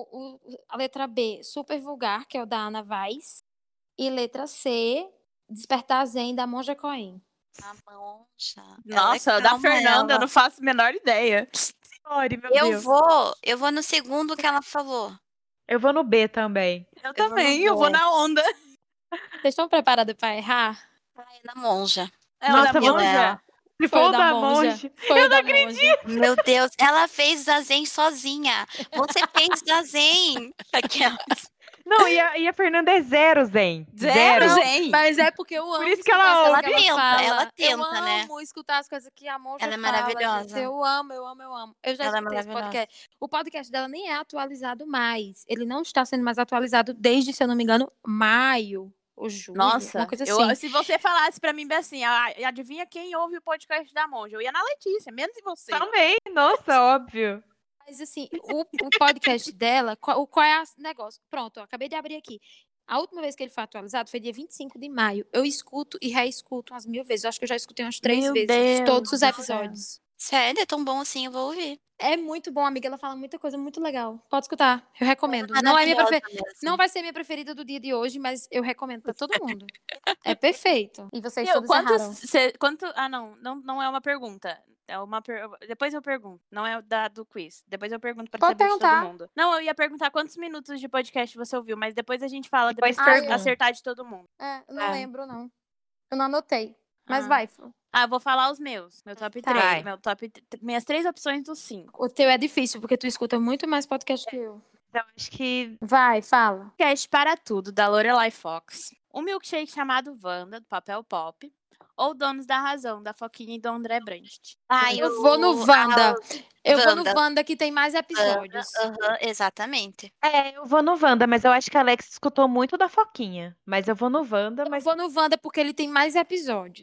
a letra B, Super Vulgar, que é o da Ana Vaz. E letra C, Despertar Zen, da Monja Coen. A monja. Nossa, Ela é da calma, Fernanda, eu ela. não faço a menor ideia. Sorry, meu Eu Deus. vou no segundo que ela falou. Eu vou no B também. Eu vou no também, eu vou B. na onda. Vocês estão preparados para errar? Ai, na monja. É o Nossa, da vamos- Monja? Se Foi for o o da monge. Foi o da Monja. Meu Deus, ela fez Zazen sozinha. Você fez Zazen. Aquelas. Não, e a Fernanda é zero, Zen. Zero, Não, Zen. Mas é porque eu amo isso que escutar ela as coisas ouve. que ela fala. Ela tenta, eu né? amo escutar as coisas que a Monja Ela é fala, maravilhosa. gente. Eu amo, eu amo, eu amo. Eu já Ela é escutei esse maravilhosa. podcast. O podcast dela nem é atualizado mais. Ele não está sendo mais atualizado desde, se eu não me engano, maio ou julho. Nossa, Uma coisa assim. se você falasse pra mim bem assim, adivinha quem ouve o podcast da Monja? Eu ia na Letícia, menos em você. Também, nossa, óbvio. Mas assim, o podcast dela, qual é o negócio? Pronto, eu acabei de abrir aqui. A última vez que ele foi atualizado foi dia 25 de maio. Eu escuto e reescuto umas 1000 vezes. Eu acho que eu já escutei umas 3 Meu vezes Deus todos os do episódios. Sério, é tão bom assim, eu vou ouvir. É muito bom, amiga. Ela fala muita coisa muito legal. Pode escutar. Eu recomendo. Não é minha Maravilhosa preferida. mesmo. Não vai ser minha preferida do dia de hoje, mas eu recomendo pra todo mundo. É perfeito. E vocês Meu, todos erraram. Ah, não é uma pergunta. É depois eu pergunto. Não é do quiz. Depois eu pergunto pra Pode saber de perguntar. todo mundo. Não, eu ia perguntar quantos minutos de podcast você ouviu, mas depois a gente fala, Depois depois pergunta. acertar de todo mundo. É, eu não É. lembro, não. Eu não anotei. Mas Ah. vai, Flo. Ah, eu vou falar os meus. Meu top Tá. 3. Minhas 3 opções dos 5. O teu é difícil, porque tu escuta muito mais podcast que eu. Então, acho que Vai, fala. Podcast para tudo, da Lorelai Fox. Um milkshake chamado Wanda, do Papel Pop. Ou Donos da Razão, da Foquinha e do André Brandt. Ai, Eu vou no Wanda. Eu vou no Wanda. Wanda, que tem mais episódios. Exatamente. eu vou no Wanda, mas eu acho que a Alex escutou muito da Foquinha. Mas eu vou no Wanda, Eu mas vou no Wanda porque ele tem mais episódios. Eu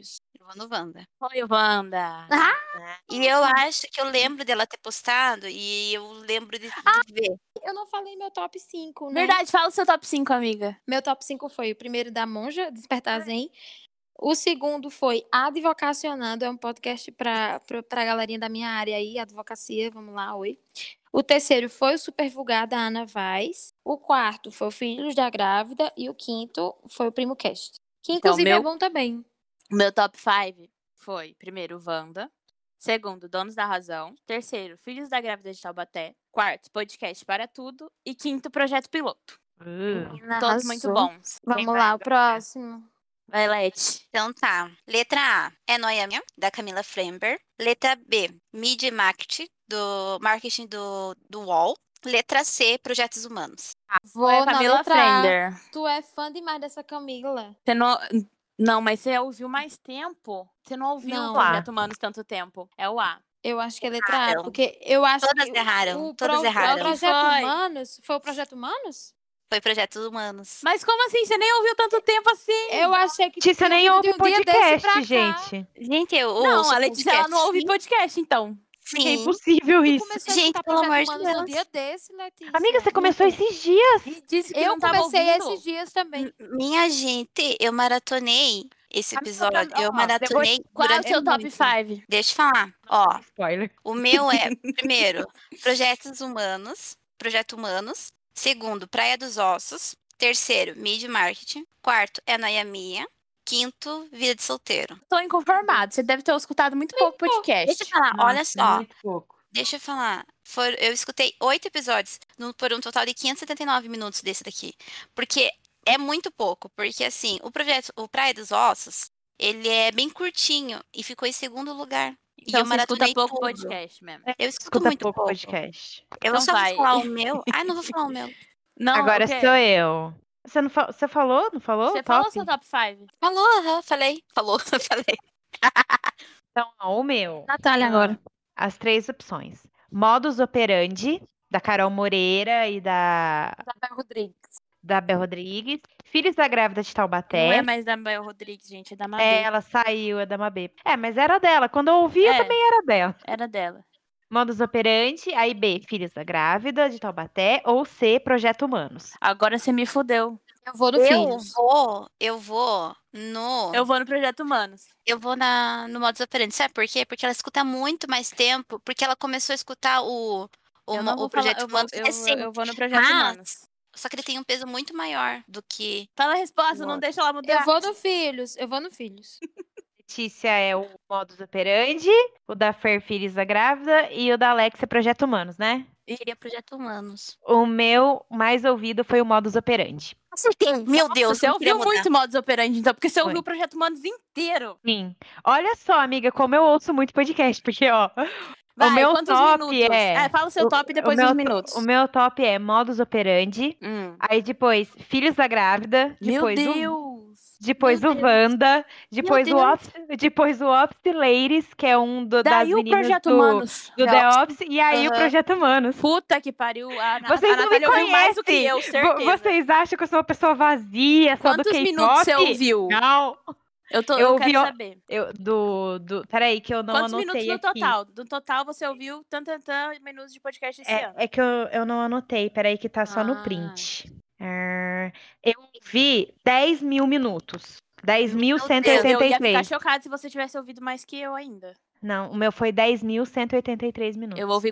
vou no Wanda. Foi, Wanda. E eu acho que eu lembro dela ter postado e eu lembro de ver. Eu não falei meu top 5, né? Verdade, fala o seu top 5, amiga. Meu top 5 foi o primeiro da Monja, Despertar Zen. O segundo foi Advocacionando, é um podcast pra galerinha da minha área aí, advocacia, vamos lá, oi. O terceiro foi o Super Vulgar, da Ana Vaz. O quarto foi o Filhos da Grávida. E o quinto foi o Primo Cast. Que Então, inclusive é bom também. O meu top 5 foi, primeiro, Wanda. Segundo, Donos da Razão. Terceiro, Filhos da Grávida de Taubaté. Quarto, Podcast para Tudo. E quinto, Projeto Piloto. Todos muito bons. Vamos lá, o próximo. Vai, Leti. Então tá. Letra A é Noia Minha, da Camila Frember. Letra B, Media Marketing do UOL. Letra C, Projetos Humanos. Vou Foi a na Camila letra A. Frender. Tu é fã demais dessa Camila. Você não, mas você ouviu mais tempo. Você não ouviu Não. o Projeto Humanos tanto tempo. É o A. Eu acho que é letra A, Erraram. porque eu acho Todas que erraram, o todas erraram. O Projeto Foi. Humanos, foi o Projeto Humanos? Foi Projetos Humanos. Mas como assim? Você nem ouviu tanto tempo assim? Eu achei que Letícia tinha nem vindo ouve de um dia desse pra cá. podcast, gente. Gente, eu Não, ouço a Letícia ela não podcast, ouve sim. podcast, então. É Sim. impossível Tu isso. começou a Gente, escutar pelo Projeto amor de Humanos um Deus. dia desse, Letícia. Amiga, você começou esses dias. E disse que Eu não tava comecei ouvindo. esses dias também. Minha gente, eu maratonei esse Amiga, episódio. ó, Eu maratonei Qual é o durante seu top muito. 5? Deixa eu falar. Ó, Spoiler. o meu é, primeiro, Projeto Humanos. Segundo, Praia dos Ossos. Terceiro, Media Marketing. Quarto, é Noia Minha. Quinto, Vida de Solteiro. Tô inconformado. Você deve ter escutado muito pouco podcast. Deixa eu falar, olha só. Muito pouco. Deixa eu falar. Eu escutei 8 episódios por um total de 579 minutos desse daqui. Porque é muito pouco. Porque, assim, o Praia dos Ossos, ele é bem curtinho e ficou em segundo lugar. Então e eu você escuta maratonei pouco tudo. podcast mesmo. Eu escuto Escuta muito pouco pouco. podcast. Eu Então só vai. vou falar o meu. Ai, não vou falar o meu. Não, Agora o quê? sou eu. Você, não você falou? Não falou? Você Top? falou seu top 5? Falou, aham, falei. Falou, falei. Então, ó, o meu. Natália agora. As 3 opções. Modus Operandi, da Carol Moreira e da Isabel Rodrigues. Bel Rodrigues. Filhos da Grávida de Taubaté. Não é mais da Bel Rodrigues, gente. É da Mabê. É, ela saiu, é da Mabê. É, mas era dela. Quando eu ouvi, eu também era dela. Era dela. Modus Operandi, aí B, Filhos da Grávida de Taubaté, ou C, Projeto Humanos. Agora você me fudeu. Eu vou no Eu Filhos. vou no... Eu vou no Projeto Humanos. Eu vou no Modus Operandi. Sabe por quê? Porque ela escuta muito mais tempo. Porque ela começou a escutar o Eu não vou falar, Projeto Humanos recente. eu vou no Projeto Mas- Humanos. Só que ele tem um peso muito maior do que... Fala a resposta, não Nossa. deixa ela mudar. Eu vou no Filhos. Eu vou no Filhos. Letícia é o Modus Operandi, o da Fer, Filhos da Grávida, e o da Alex é Projeto Humanos, né? Seria Projeto Humanos. O meu mais ouvido foi o Modus Operandi. Acertei. Meu Deus, Você não queria ouviu mudar. muito Modus Operandi, então, porque você Foi. ouviu o Projeto Humanos inteiro. Sim. Olha só, amiga, como eu ouço muito podcast, porque, ó, Vai, o meu quantos top minutos? é... Fala o seu top e depois o meu os minutos. O meu top é Modus Operandi, aí depois Filhos da Grávida, Meu depois o... Deus! Depois Meu o Deus. Wanda, depois o Deus. Office, depois o Office Ladies, que é um das Daí o meninas Projeto do Humanos. The The Office, e aí o Aham. Projeto Humanos. Puta que pariu. A Vocês não me Natália ouviu mais do que conhecem. eu, certeza. Vocês acham que eu sou uma pessoa vazia, só do Quantos K-pop? minutos você ouviu? Não. Eu Eu quero ouvi, saber. Peraí, que eu não Quantos anotei minutos no aqui. total? No total você ouviu tanto minutos de podcast esse ano. É que eu não anotei, peraí, que tá só no Ah. print. Eu ouvi 10 mil minutos. Eu ia ficar 10.183. chocada se você tivesse ouvido mais que eu ainda. Não, o meu foi 10.183 minutos. Eu ouvi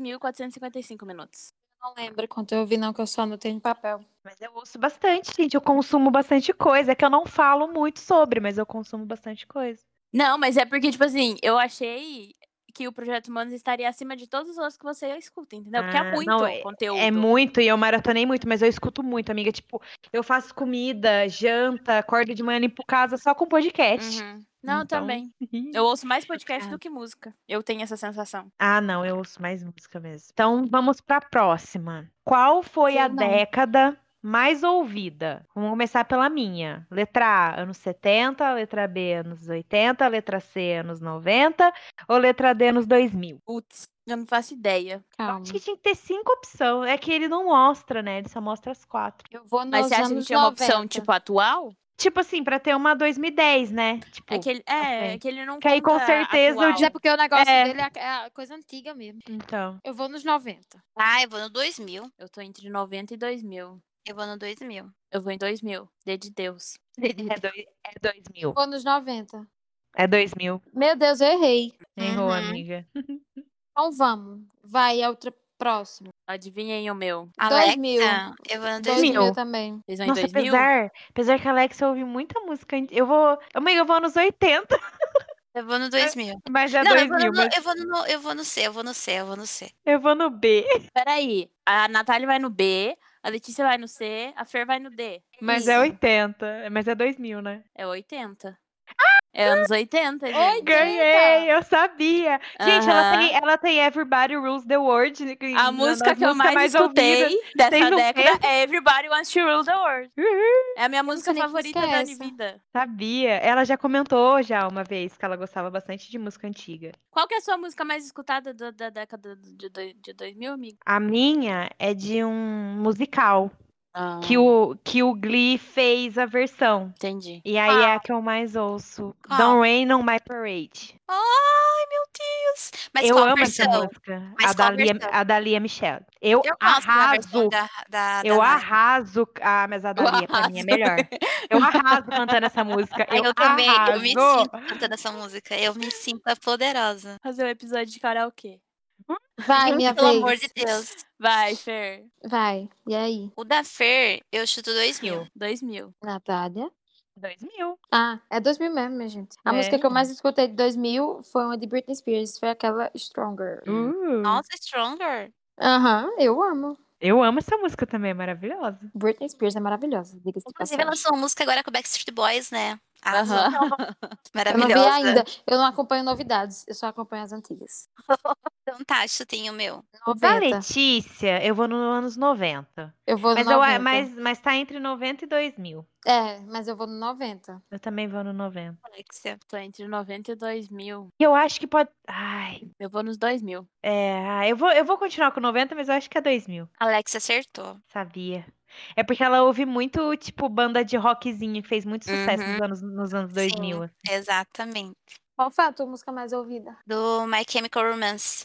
14.455 minutos. Não lembro quanto eu ouvi, não, que eu só anotei no papel. Mas eu ouço bastante, gente. Eu consumo bastante coisa. É que eu não falo muito sobre, mas eu consumo bastante coisa. Não, mas é porque, tipo assim, eu achei que o Projeto Humanos estaria acima de todos os outros que você escuta, entendeu? Porque é muito não, conteúdo. É muito, e eu maratonei muito, mas eu escuto muito, amiga. Tipo, eu faço comida, janta, acordo de manhã, limpo casa só com podcast. Uhum. Não, Então- também. Eu ouço mais podcast do que música. Eu tenho essa sensação. Ah, não, eu ouço mais música mesmo. Então, vamos pra próxima. Qual foi Eu a não. década mais ouvida? Vamos começar pela minha. Letra A, anos 70, letra B, anos 80, letra C, anos 90 ou letra D, anos 2000? Putz, eu não faço ideia. Eu Calma. acho que tinha que ter 5 opções. É que ele não mostra, né? Ele só mostra as 4. Eu vou nos Mas você acha que anos tinha uma 90. opção, tipo, atual? tipo assim, pra ter uma 2010, né? Tipo, É que ele não Que aí, com conta certeza, eu atual. Mas é porque o negócio É. dele é a coisa antiga mesmo. então. Eu vou nos 90. Ah, eu vou no 2000. Eu tô entre 90 e 2000. Eu vou no 2000. Eu vou em 2000. D de Deus. É 2000. Vou nos 90. É 2000. Meu Deus, eu errei. Errou, Uhum. amiga. Então vamos. Vai, é outra próxima. Adivinhem o meu. 2000. Alexa, eu vou no 2000 2000. também. Vocês vão em Nossa, 2000? apesar que a Alexa ouve muita música. Amiga, eu vou nos 80. Eu vou no 2000. Mas é Não, 2000. mas eu vou no C, eu vou no C, eu vou no C. eu vou no B. Peraí. A Natália vai no B, a Letícia vai no C, a Fer vai no D. Mas Isso. é 80. Mas é 2000, né? É 80. É anos 80, gente. 80. Ganhei, eu sabia. Gente, Aham. ela tem Everybody Rules the World. A música que eu mais escutei ouvidas. dessa Vocês não década pensam? é Everybody Wants to Rule the World. É a minha música sei nem que favorita música é da essa. vida. Sabia. Ela já comentou já uma vez que ela gostava bastante de música antiga. Qual que é a sua música mais escutada da década de 2000, amigo? A minha é de um musical Ah, que o Glee fez a versão. entendi. E aí é a que eu mais ouço. Qual? Don't Rain on My Parade. Ai, meu Deus. Mas Eu qual amo versão? essa música. Mas qual versão? A da Lia Michelle. Eu Eu gosto da versão arraso. da Eu Nath. arraso. Ah, mas a da Lia pra mim é melhor. Eu arraso cantando essa música. Ai, Eu eu também, eu me arraso. sinto cantando essa música. Eu me sinto a poderosa. Fazer um episódio de karaokê. Vai, minha Pelo vez. amor de Deus. Vai, Fer. Vai. E aí? O da Fer, eu chuto 2000. 2000. Natália? 2000. Ah, é 2000 mesmo, minha gente. A É. música que eu mais escutei de 2000 foi uma de Britney Spears. Foi aquela Stronger. Nossa, Stronger. Aham, eu amo. Eu amo essa música também, é maravilhosa. Britney Spears é maravilhosa, diga-se de Inclusive, ela passagem. lançou uma música agora com o Backstreet Boys, né? Aham. Eu não Maravilhosa. vi ainda. Eu não acompanho novidades, eu só acompanho as antigas. Então tá, chutinho meu. Da 90. Letícia, eu vou nos anos 90. Eu vou no Mas, 90. mas tá entre 90 e 2000. É, mas eu vou no 90. Eu também vou no 90. Alexia. Tô entre 90 e 2000. E eu acho que pode. Ai. Eu vou nos 2000. Eu vou continuar com 90, mas eu acho que é 2000. Alexia acertou. Sabia. É porque ela ouve muito, tipo, banda de rockzinho, que fez muito sucesso nos anos 2000. Sim, exatamente. Qual foi a tua música mais ouvida? Do My Chemical Romance.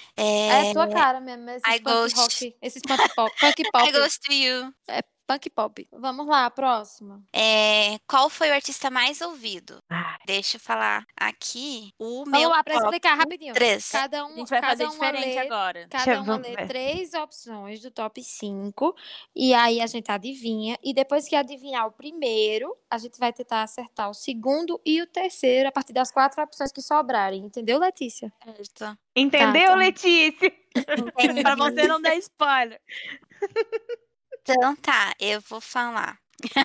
É tua cara mesmo, esses I punk Ghost. rock, esses punk pop. Punk I pop. Ghost to You. É punk pop. Vamos lá, próxima. Qual foi o artista mais ouvido? Ai, Deixa eu falar aqui o Vamos meu lá, pra top explicar rapidinho. 3. Cada A um, gente vai cada fazer uma diferente lê, agora. Cada uma Vamos lê ver. 3 opções do top 5. E aí a gente adivinha. E depois que adivinhar o primeiro, a gente vai tentar acertar o segundo e o terceiro a partir das 4 opções que sobrarem. Entendeu, Letícia? Certo. entendeu, então. Letícia? Pra você não dar spoiler. Então tá, eu vou falar.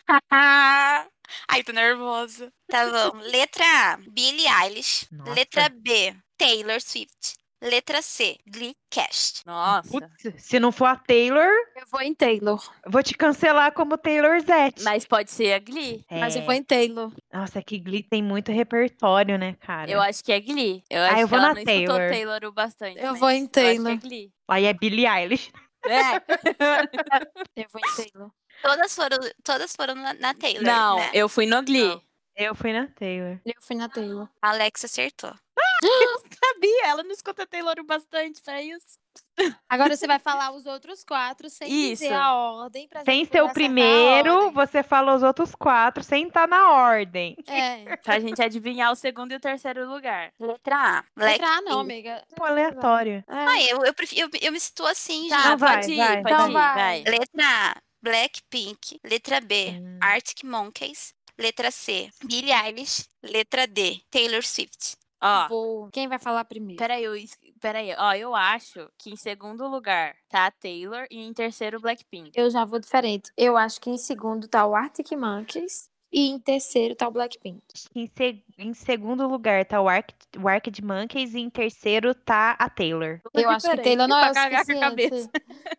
Ai, tô nervosa. Tá bom. Letra A, Billie Eilish. Nossa. Letra B, Taylor Swift. Letra C, Glee Cast. Nossa. Putz, se não for a Taylor, Eu vou em Taylor. eu vou te cancelar como Taylor Zete. Mas pode ser a Glee. Mas eu É. vou em Taylor. Nossa, é que Glee tem muito repertório, né, cara? Eu acho que é Glee. Eu acho eu que vou ela na não escutou Taylor. Taylor o bastante. Eu mas vou em Eu acho que Taylor. é Glee. Aí é Billie Eilish. É. Eu vou em Taylor. Todas foram na Taylor, Não, né? eu fui no Glee. Não. Eu fui na Taylor. Eu fui na Taylor. A Alex acertou. Sabia, ela não escuta Taylor o bastante pra isso. Agora você vai falar os outros 4 sem dizer Isso. a ordem. Pra Sem gente ser poder o acertar a primeiro, ordem. você fala os outros 4 sem estar na ordem. É. Pra gente adivinhar o segundo e o terceiro lugar. Letra A, Blackpink. Letra A não, amiga. Um aleatório. Eu me situo assim, Tá, gente. Então vai, pode ir, vai. pode Então ir, vai. vai. Letra A, Blackpink. Letra B, Hum. Arctic Monkeys. Letra C, Billie Eilish. Letra D, Taylor Swift. Ó, Vou. Quem vai falar primeiro? peraí, ó, eu acho que em segundo lugar tá a Taylor e em terceiro o Blackpink. Eu já vou diferente. Eu acho que em segundo tá o Arctic Monkeys e em terceiro tá o Blackpink. Em segundo lugar tá o Arctic Monkeys e em terceiro tá a Taylor. Tudo Eu acho que diferente, Taylor não é pra o cagar com a suficiente.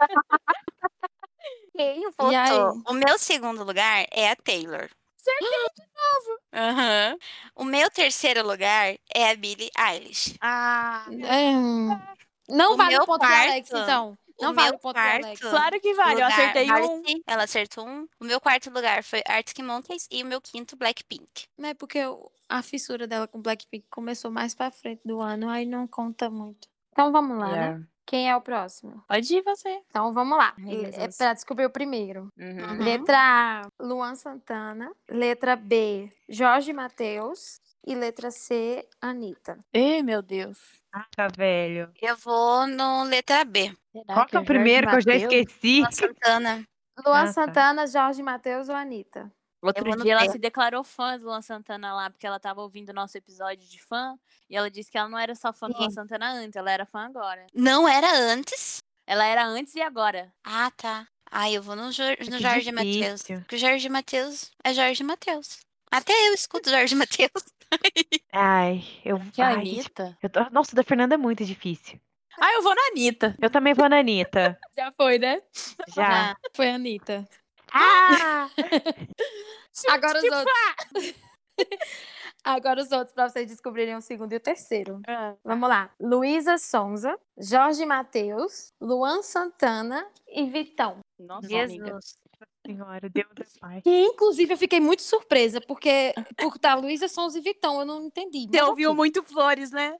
Quem E aí? votou? O meu segundo lugar é a Taylor. Aham. O meu terceiro lugar é a Billie Eilish. Ah, Não O vale meu o ponto do Alex, quarto. então. Não o vale meu o ponto do Alex. quarto Claro que vale, eu lugar, acertei vale um. sim, ela acertou um. O meu quarto lugar foi Arctic Monkeys e o meu quinto, Blackpink. Não é porque a fissura dela com Blackpink começou mais pra frente do ano, aí não conta muito. Então vamos lá, né? Quem é o próximo? Pode ir você. Então vamos lá. Ai, É Jesus. pra descobrir o primeiro. Uhum. Letra A, Luan Santana. Letra B, Jorge Mateus. E letra C, Anitta. Ei, meu Deus. Tá, velho. Eu vou no letra B. Será Qual que é o Jorge primeiro que eu já Mateus? esqueci? Luan Santana. Luan Ah, tá. Santana, Jorge Mateus ou Anitta? Outro vou no dia ela B. se declarou fã do Luan Santana lá, porque ela tava ouvindo o nosso episódio de fã. E ela disse que ela não era só fã do Luan Santana antes, ela era fã agora. Não era antes? Ela era antes e agora. Ah, tá. Ah, eu vou no Que Jorge Mateus. difícil. Porque o Jorge Mateus é Jorge Mateus. Até eu escuto Jorge Mateus. Ai, Que é a ai, gente, Anitta? Nossa, o da Fernanda é muito difícil. Ah, eu vou na Anitta. Eu também vou na Anitta. Já foi, né? Já. Foi a Anitta. Ah! Agora os outros. Agora os outros, pra vocês descobrirem o segundo e o terceiro. Vamos lá. Luísa Sonza, Jorge Mateus, Luan Santana e Vitão. Nossa, amiga. Jesus. Senhora, Deus é pai. Que, inclusive, eu fiquei muito surpresa, porque por estar Luísa Sonza e Vitão, eu não entendi. Você Mas ouviu ok. muito Flores, né?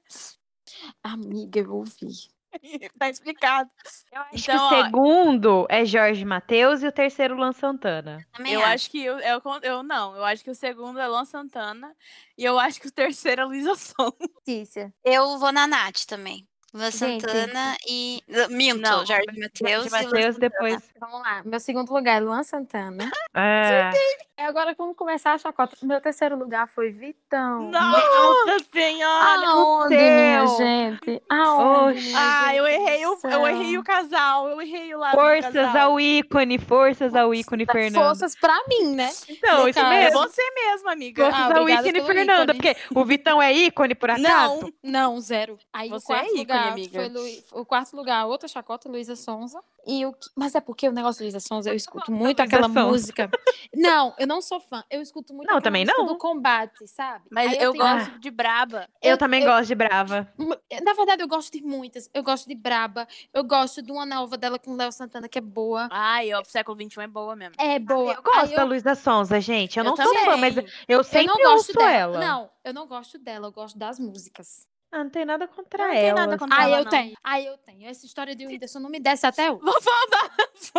Amiga, eu ouvi. Tá explicado. Eu acho Então, que o ó, segundo é Jorge Mateus e o terceiro Luan Santana. Também eu acho. acho que eu não. Eu acho que o segundo é Luan Santana e eu acho que o terceiro é Luísa Sonza. Notícia. Eu vou na Nath também. Luan Gente. Santana e. Minto, Não, Jorge Jorge Mateus e Luan Mateus Santana. depois. Vamos lá. Meu segundo lugar é Luan Santana. Ah, Agora vamos começar a chacota. Meu terceiro lugar foi Vitão. Nossa Senhora! Aonde, céu! minha gente? Aonde, Oxi. minha gente? Eu do errei céu? o casal, eu errei o lado do forças casal. ao ícone, Fernanda. Forças pra mim, né? Então, No isso caso. É mesmo. você mesma, amiga. Forças ao obrigada ícone, pelo Fernanda. ícone. Porque o Vitão é ícone, por acaso? Não. Zero. Aí Você o quarto é ícone, lugar amiga. foi o quarto lugar, outra chacota, Luísa Sonza. Mas é porque o negócio da Luísa Sonza, eu escuto muito Luísa aquela Sonza. música. Não, eu não sou fã. Eu escuto muito Não, aquela também música não. do Combate, sabe? Mas Aí eu tenho- gosto de Braba. Eu também gosto de Brava. Na verdade, eu gosto de muitas. Eu gosto de Braba. Eu gosto de uma nova dela com o Léo Santana, que é boa. Ai, o século XXI é boa mesmo. É boa. Eu gosto Aí da Luísa Sonza, gente. Eu Eu não sou fã, também. mas eu eu sempre não gosto ouço dela. ela. Não, eu não gosto dela. Eu gosto das músicas. Ah, não tem nada contra Não tem ela. nada contra Aí ela, eu não. tenho. Aí eu tenho. Essa história de Whindersson não me desce até hoje. Vou falar.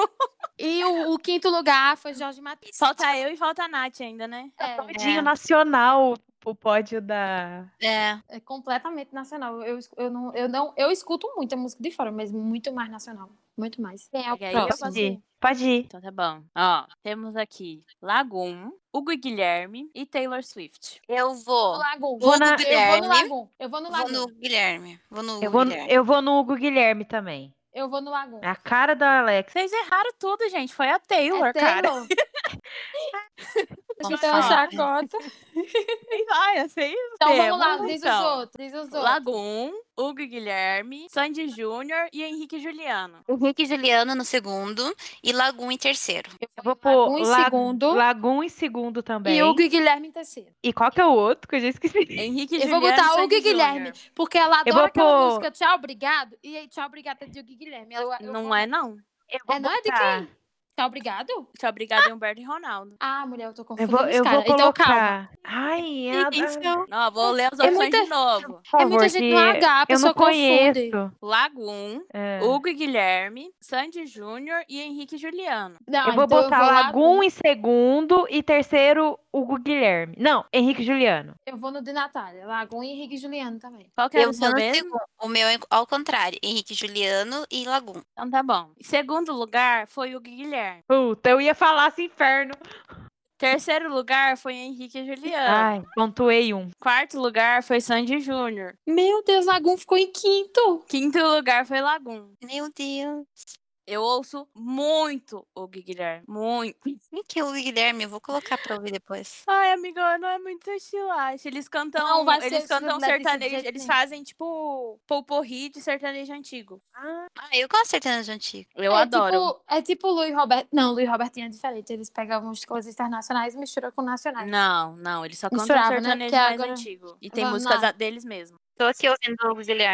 E o quinto lugar foi Jorge Mateus. Falta eu e falta a Nath ainda, né? Todinho nacional o pódio da... É completamente nacional. Eu escuto muita música de fora, mas muito mais nacional. Muito mais. Quem é o E aí eu próximo? posso- Pode ir. Então tá bom. Ó, temos aqui Lagoon, Hugo e Guilherme e Taylor Swift. Eu No vou. Lagoon. Vou na- Eu vou no Guilherme. Lagoon. Eu vou no Vou Lagoon. no Guilherme. Vou no Eu vou, Guilherme. eu vou no Hugo Guilherme também. Eu vou no Lagoon. É a cara da Alex. Vocês erraram tudo, gente. Foi a Taylor, É cara. Taylor. Nossa, Então, chacota. Ai, eu sei. Então vamos lá, Temos, diz os então. outros. Diz os outros. Lagoon, Hugo e Guilherme, Sandy Júnior e Henrique e Juliano. Henrique e Juliano no segundo e Lagoon em terceiro. Eu vou Lagoon pôr em segundo. Lagoon em segundo também. E Hugo e Guilherme em terceiro. E qual que é o outro que eu já esqueci? Henrique e Eu vou Juliano botar Sandy Hugo e Guilherme, Júnior. porque ela Eu adora vou aquela pôr- música Tchau, Obrigado. E aí, Tchau, Obrigado é de Hugo e Guilherme. Não é, não. Eu vou Não é de botar- quem? Tchau, Obrigado? Tchau, obrigado, Humberto e Ronaldo. Ah, mulher, eu tô Eu confundindo vou, os eu vou caras. Então, calma. colocar... Ai, Não, vou ler as É opções muita- de novo. por É muita favor, gente que no H, a eu não pessoa confunde. conheço. Lagoon, É. Hugo e Guilherme, Sandy Júnior e Henrique e Juliano. Não, Eu vou então botar vou Lagoon em segundo e terceiro Hugo Guilherme. Não, Henrique e Juliano. Eu vou no de Natália. Lagoon e Henrique e Juliano também. Qual que era Eu o vou seu no mesmo? segundo. O meu é ao contrário. Henrique e Juliano e Lagoon. Então tá bom. Em segundo lugar foi Hugo e Guilherme. Puta, eu ia falar esse inferno. Terceiro lugar foi Henrique e Juliano. Ai, pontuei um. Quarto lugar foi Sandy Júnior. Meu Deus, Lagoon ficou em quinto. Quinto lugar foi Lagoon. Meu Deus. Eu ouço muito Hugo e Guilherme. Muito. Quem que é o Guilherme? Eu vou colocar pra ouvir depois. Ai, amiga, não é muito estilagem. Eles cantam, Não, vai ser eles estilo cantam Letícia de sertanejo, jeito eles nenhum. fazem tipo polporri de sertanejo antigo. Ah, eu gosto de sertanejo antigo. Eu adoro. É tipo o Luiz Roberto. Não, o Luiz Robertinho é diferente. Eles pegam umas coisas internacionais e misturam com nacionais. Não, eles só cantam Misturava, né? sertanejo Porque mais agora- antigo. E tem Vamos músicas lá. deles mesmo. Tô aqui ouvindo o Guilherme.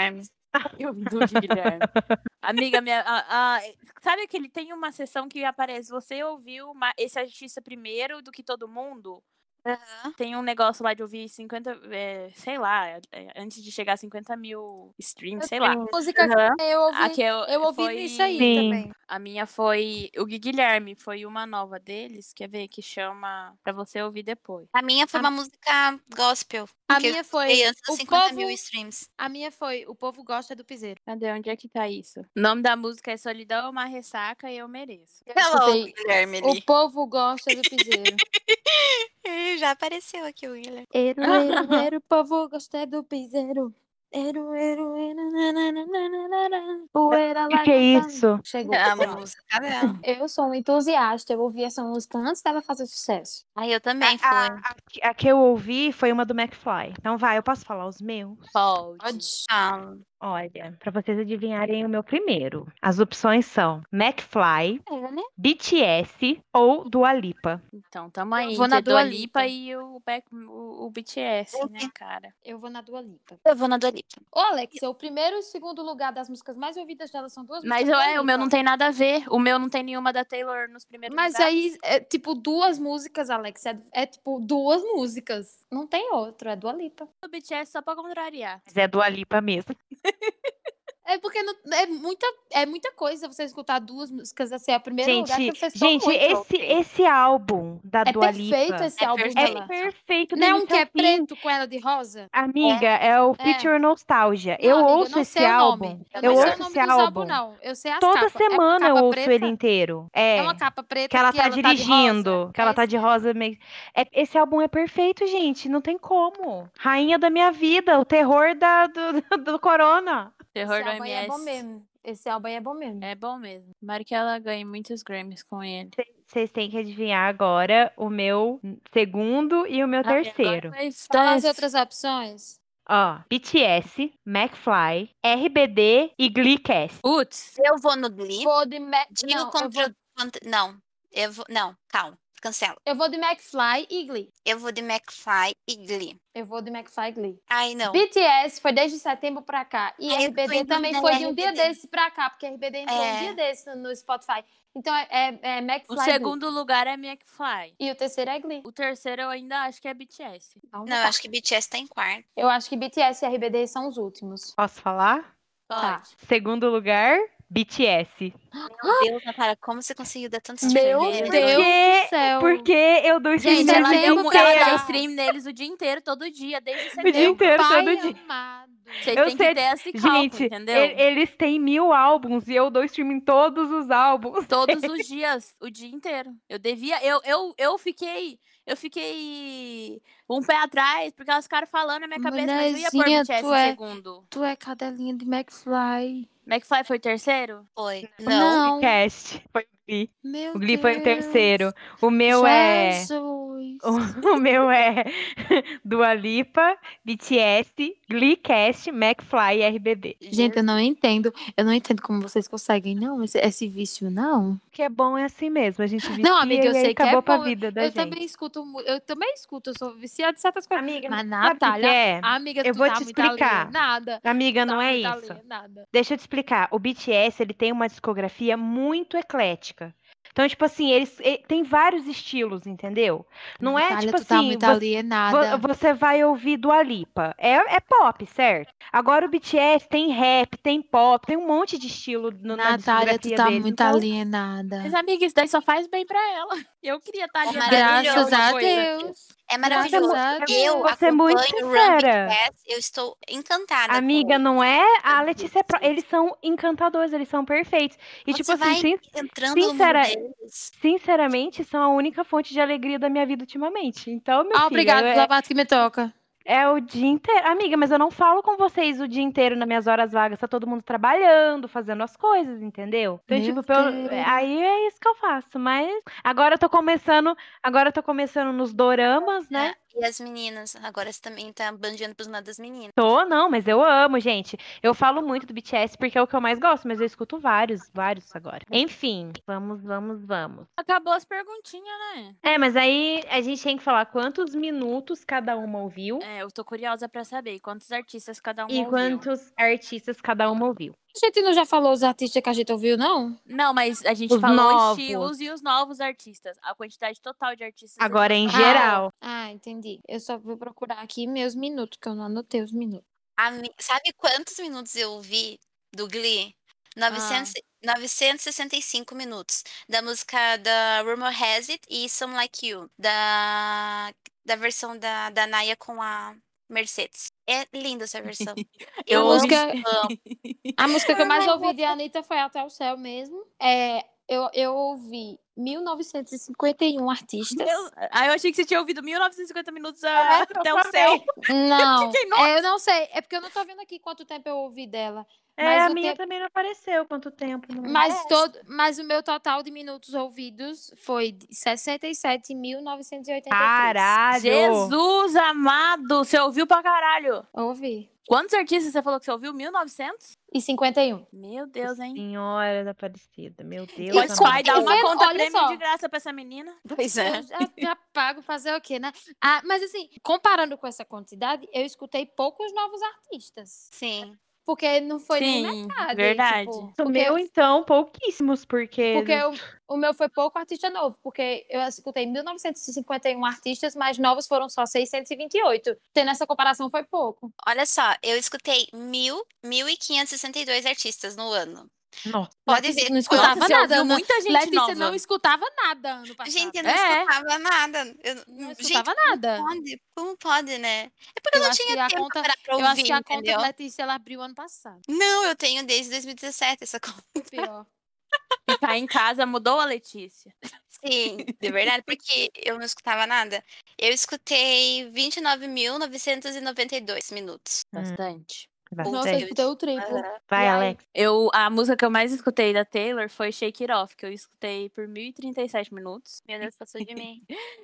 Eu vi do Guilherme. Amiga, sabe que ele tem uma sessão que aparece, você ouviu esse artista primeiro do que todo mundo? Tem um negócio lá de ouvir 50, sei lá, antes de chegar a 50 mil streams, sei lá. Música que eu ouvi, eu ouvi foi... nisso aí Sim. também. A minha foi o Guilherme, foi uma nova deles, quer ver, que chama pra você ouvir depois. A minha foi uma música gospel. A que eu minha foi escutei antes dos o 50 povo, mil streams. a minha foi O Povo Gosta do Piseiro. Cadê? Onde é que tá isso? O nome da música é Solidão é uma Ressaca e eu mereço. Eu Hello, escutei Guilherme O ali. Povo Gosta do Piseiro. Já apareceu aqui o Guilherme. O povo gosta do piseiro. Poeira O que é levantando. isso? Chegou. A Pronto. música dela. Eu sou um entusiasta. Eu ouvi essa música antes dela fazer sucesso. Aí eu também fui. A que eu ouvi foi uma do McFly. Então vai, eu posso falar os meus? Pode. Ah, Olha, pra vocês adivinharem o meu primeiro. As opções são McFly, É, né? BTS ou Dua Lipa. Então, tamo aí. vou na Entre Dua Dua Lipa Lipa. e o BTS, Eu né, vi. cara? Eu vou na Dua Lipa. eu vou na Dua Lipa. Ô, Alexa, o primeiro e o segundo lugar das músicas mais ouvidas dela são duas Mas músicas da o meu Lipa. não tem nada a ver. O meu não tem nenhuma da Taylor nos primeiros Mas lugares. aí, é tipo duas músicas, Alex. É tipo duas músicas. Não tem outro, é Dua Lipa. O BTS só pra contrariar. Mas é Dua Lipa mesmo. É porque é muita coisa você escutar duas músicas assim. É o primeiro lugar que você escuta Gente, muito. esse álbum da É Dua perfeito Lipa esse álbum perfeito. dela. é perfeito do Não é um início que ao é fim. preto com ela de rosa? Amiga, é o Picture Nostalgia. Eu amiga, ouço não esse sei o álbum. nome. Eu Eu não sei o ouço nome esse dos álbum. álbuns, não. Eu sei as Toda capas. É uma semana eu capa ouço preta? ele inteiro. É uma capa preta que ela que tá ela dirigindo, tá de rosa. que ela É tá esse de rosa meio. Esse álbum é perfeito, gente. Não tem como. Rainha da minha vida, o terror do Corona. Terror Esse do álbum aí é bom MS. mesmo. Esse álbum aí é bom mesmo. É bom mesmo. Tomara que ela ganhe muitos Grammys com ele. Vocês têm que adivinhar agora o meu segundo e o meu terceiro. Fala as outras opções. Ó, BTS, McFly, RBD e Gleecast. Putz. Eu vou no Glee. Vou de Digo Não, Não. Não, calma. Cancela. eu vou de McFly e Glee. Eu vou de McFly e Glee. Eu vou de McFly e Glee. Ai, não. BTS foi desde setembro pra cá. E Ai, eu tô RBD indo também na foi de um dia RBD. desse pra cá, porque RBD entrou um dia desse no Spotify. Então é McFly O e Glee. segundo lugar é McFly. E o terceiro é Glee. O terceiro eu ainda acho que é BTS. Então, Não, eu tá. acho que BTS tá em quarto. Eu acho que BTS e RBD são os últimos. Posso falar? Tá. Segundo lugar, BTS. Meu Deus, Natália, como você conseguiu dar tanto Meu stream? Deus do céu. Porque eu dou stream Gente, neles ela o dia deu Ela inteiro. dá stream neles o dia inteiro, todo dia, desde O dia setembro. inteiro, Pai todo dia. amado. Vocês Eu têm sei- que ter esse cálculo, Gente, entendeu? eles têm 1000 álbuns e eu dou stream em todos os álbuns. Todos os dias, o dia inteiro. Eu devia. Eu fiquei um pé atrás, porque elas ficaram falando na minha cabeça, mas eu ia pôr Mulherzinha, BTS tu em é- segundo. Tu é cadelinha de McFly. McFly foi terceiro? Foi. Não. Cast. Foi o Glee. Meu O Glee foi o Deus. terceiro. O meu é. Jesus. O meu é Dua Lipa, BTS, Gleecast, McFly e RBD. Gente, eu não entendo. Eu não entendo como vocês conseguem, não, esse vício, não. O que é bom é assim mesmo. A gente vicia Não, amiga, eu e aí sei que acabou é pra bom. vida da Eu gente. também escuto, eu sou viciada em certas coisas. Amiga, Mas, sabe o que Natália, que é? amiga, Eu tu vou tá te muito explicar. alienada. Amiga, Tu não tá é muito isso. alienada. Deixa eu te explicar. O BTS, ele tem uma discografia muito eclética. Então, tipo assim, tem vários estilos, entendeu? Não é, Natália, tipo tu tá assim, muito você, alienada. você vai ouvir Dua Lipa. É pop, certo? Agora o BTS tem rap, tem pop, tem um monte de estilo na Natália, tu discografia tá deles. muito Então, alienada. Mas, amiga, isso daí só faz bem pra ela. Eu queria estar ali Graças a Deus. É maravilhoso. Graças a Eu Vou ser muito acompanho o sincera. Run BTS, eu estou encantada amiga, com não é a Letícia. Deus. Eles são encantadores, eles são perfeitos. E, Você tipo assim, vai entrando no mundo deles. sinceramente, são a única fonte de alegria da minha vida ultimamente. Então, meu filho, Obrigada pela parte que me toca. é o dia inteiro. Amiga, mas eu não falo com vocês o dia inteiro nas minhas horas vagas. Tá todo mundo trabalhando, fazendo as coisas, entendeu? Então, Meu tipo, Deus. aí é isso que eu faço. Mas agora eu tô começando nos doramas, né? E as meninas? Agora você também tá bandeando pros lados das meninas. Não, mas eu amo, gente. Eu falo muito do BTS porque é o que eu mais gosto, mas eu escuto vários agora. Enfim, vamos. Acabou as perguntinhas, né? Mas aí a gente tem que falar quantos minutos cada uma ouviu Eu tô curiosa pra saber quantos artistas cada um e ouviu. quantos artistas cada uma ouviu. A gente não já falou os artistas que a gente ouviu, não? Não, mas a gente Os falou novos. estilos e os novos artistas. A quantidade total de artistas. Agora a em gente geral. Entendi. Eu só vou procurar aqui meus minutos, que eu não anotei os minutos. Sabe quantos minutos eu ouvi do Glee? 965 minutos. Da música da Rumor Has It e Some Like You. Da versão da Naya com a Mercedes. É linda essa versão. Eu a ouvi- música, a música que eu mais ouvi de Anitta foi Até o Céu mesmo. Eu ouvi 1951 artistas. Eu achei que você tinha ouvido 1950 minutos até o céu. Não, Fiquei, nossa. eu não sei. É porque eu não tô vendo aqui quanto tempo eu ouvi dela. A minha também não apareceu quanto tempo. Mas o meu total de minutos ouvidos foi 67.983. Caralho! Jesus amado! Você ouviu pra caralho? Ouvi. Quantos artistas você falou que você ouviu? 1900? E 51. Meu Deus, hein? Senhora da Aparecida, meu Deus. Spotify dá uma Olha conta só. prêmio de graça pra essa menina. Pois é. Eu já pago fazer o quê, né? Mas assim, comparando com essa quantidade, eu escutei poucos novos artistas. Sim. Porque não foi nem Sim, metade. verdade. Tipo, O meu, então, pouquíssimos, porque o meu foi pouco artista novo, porque eu escutei 1951 artistas, mas novos foram só 628. Tendo essa comparação, foi pouco. Olha só, eu escutei 1.562 artistas no ano. Nossa. Pode Letícia ver. não escutava Nossa, você nada. ouviu muita gente Letícia nova. não escutava nada ano passado. Gente, eu não É. escutava nada. Não Gente, escutava nada. como pode, né? É porque eu não acho tinha que a tempo conta- pra Eu ouvir, acho que a conta entendeu? de Letícia ela abriu ano passado. Não, eu tenho desde 2017 essa conta. O pior. Ficar em casa mudou a Letícia. Sim, de verdade, porque eu não escutava nada. Eu escutei 29.992 minutos. Bastante. Nossa, eu Bastante. escutei o triplo. Vai, E aí? Alex. A música que eu mais escutei da Taylor foi Shake It Off, que eu escutei por 1037 minutos. Meu Deus, passou de mim.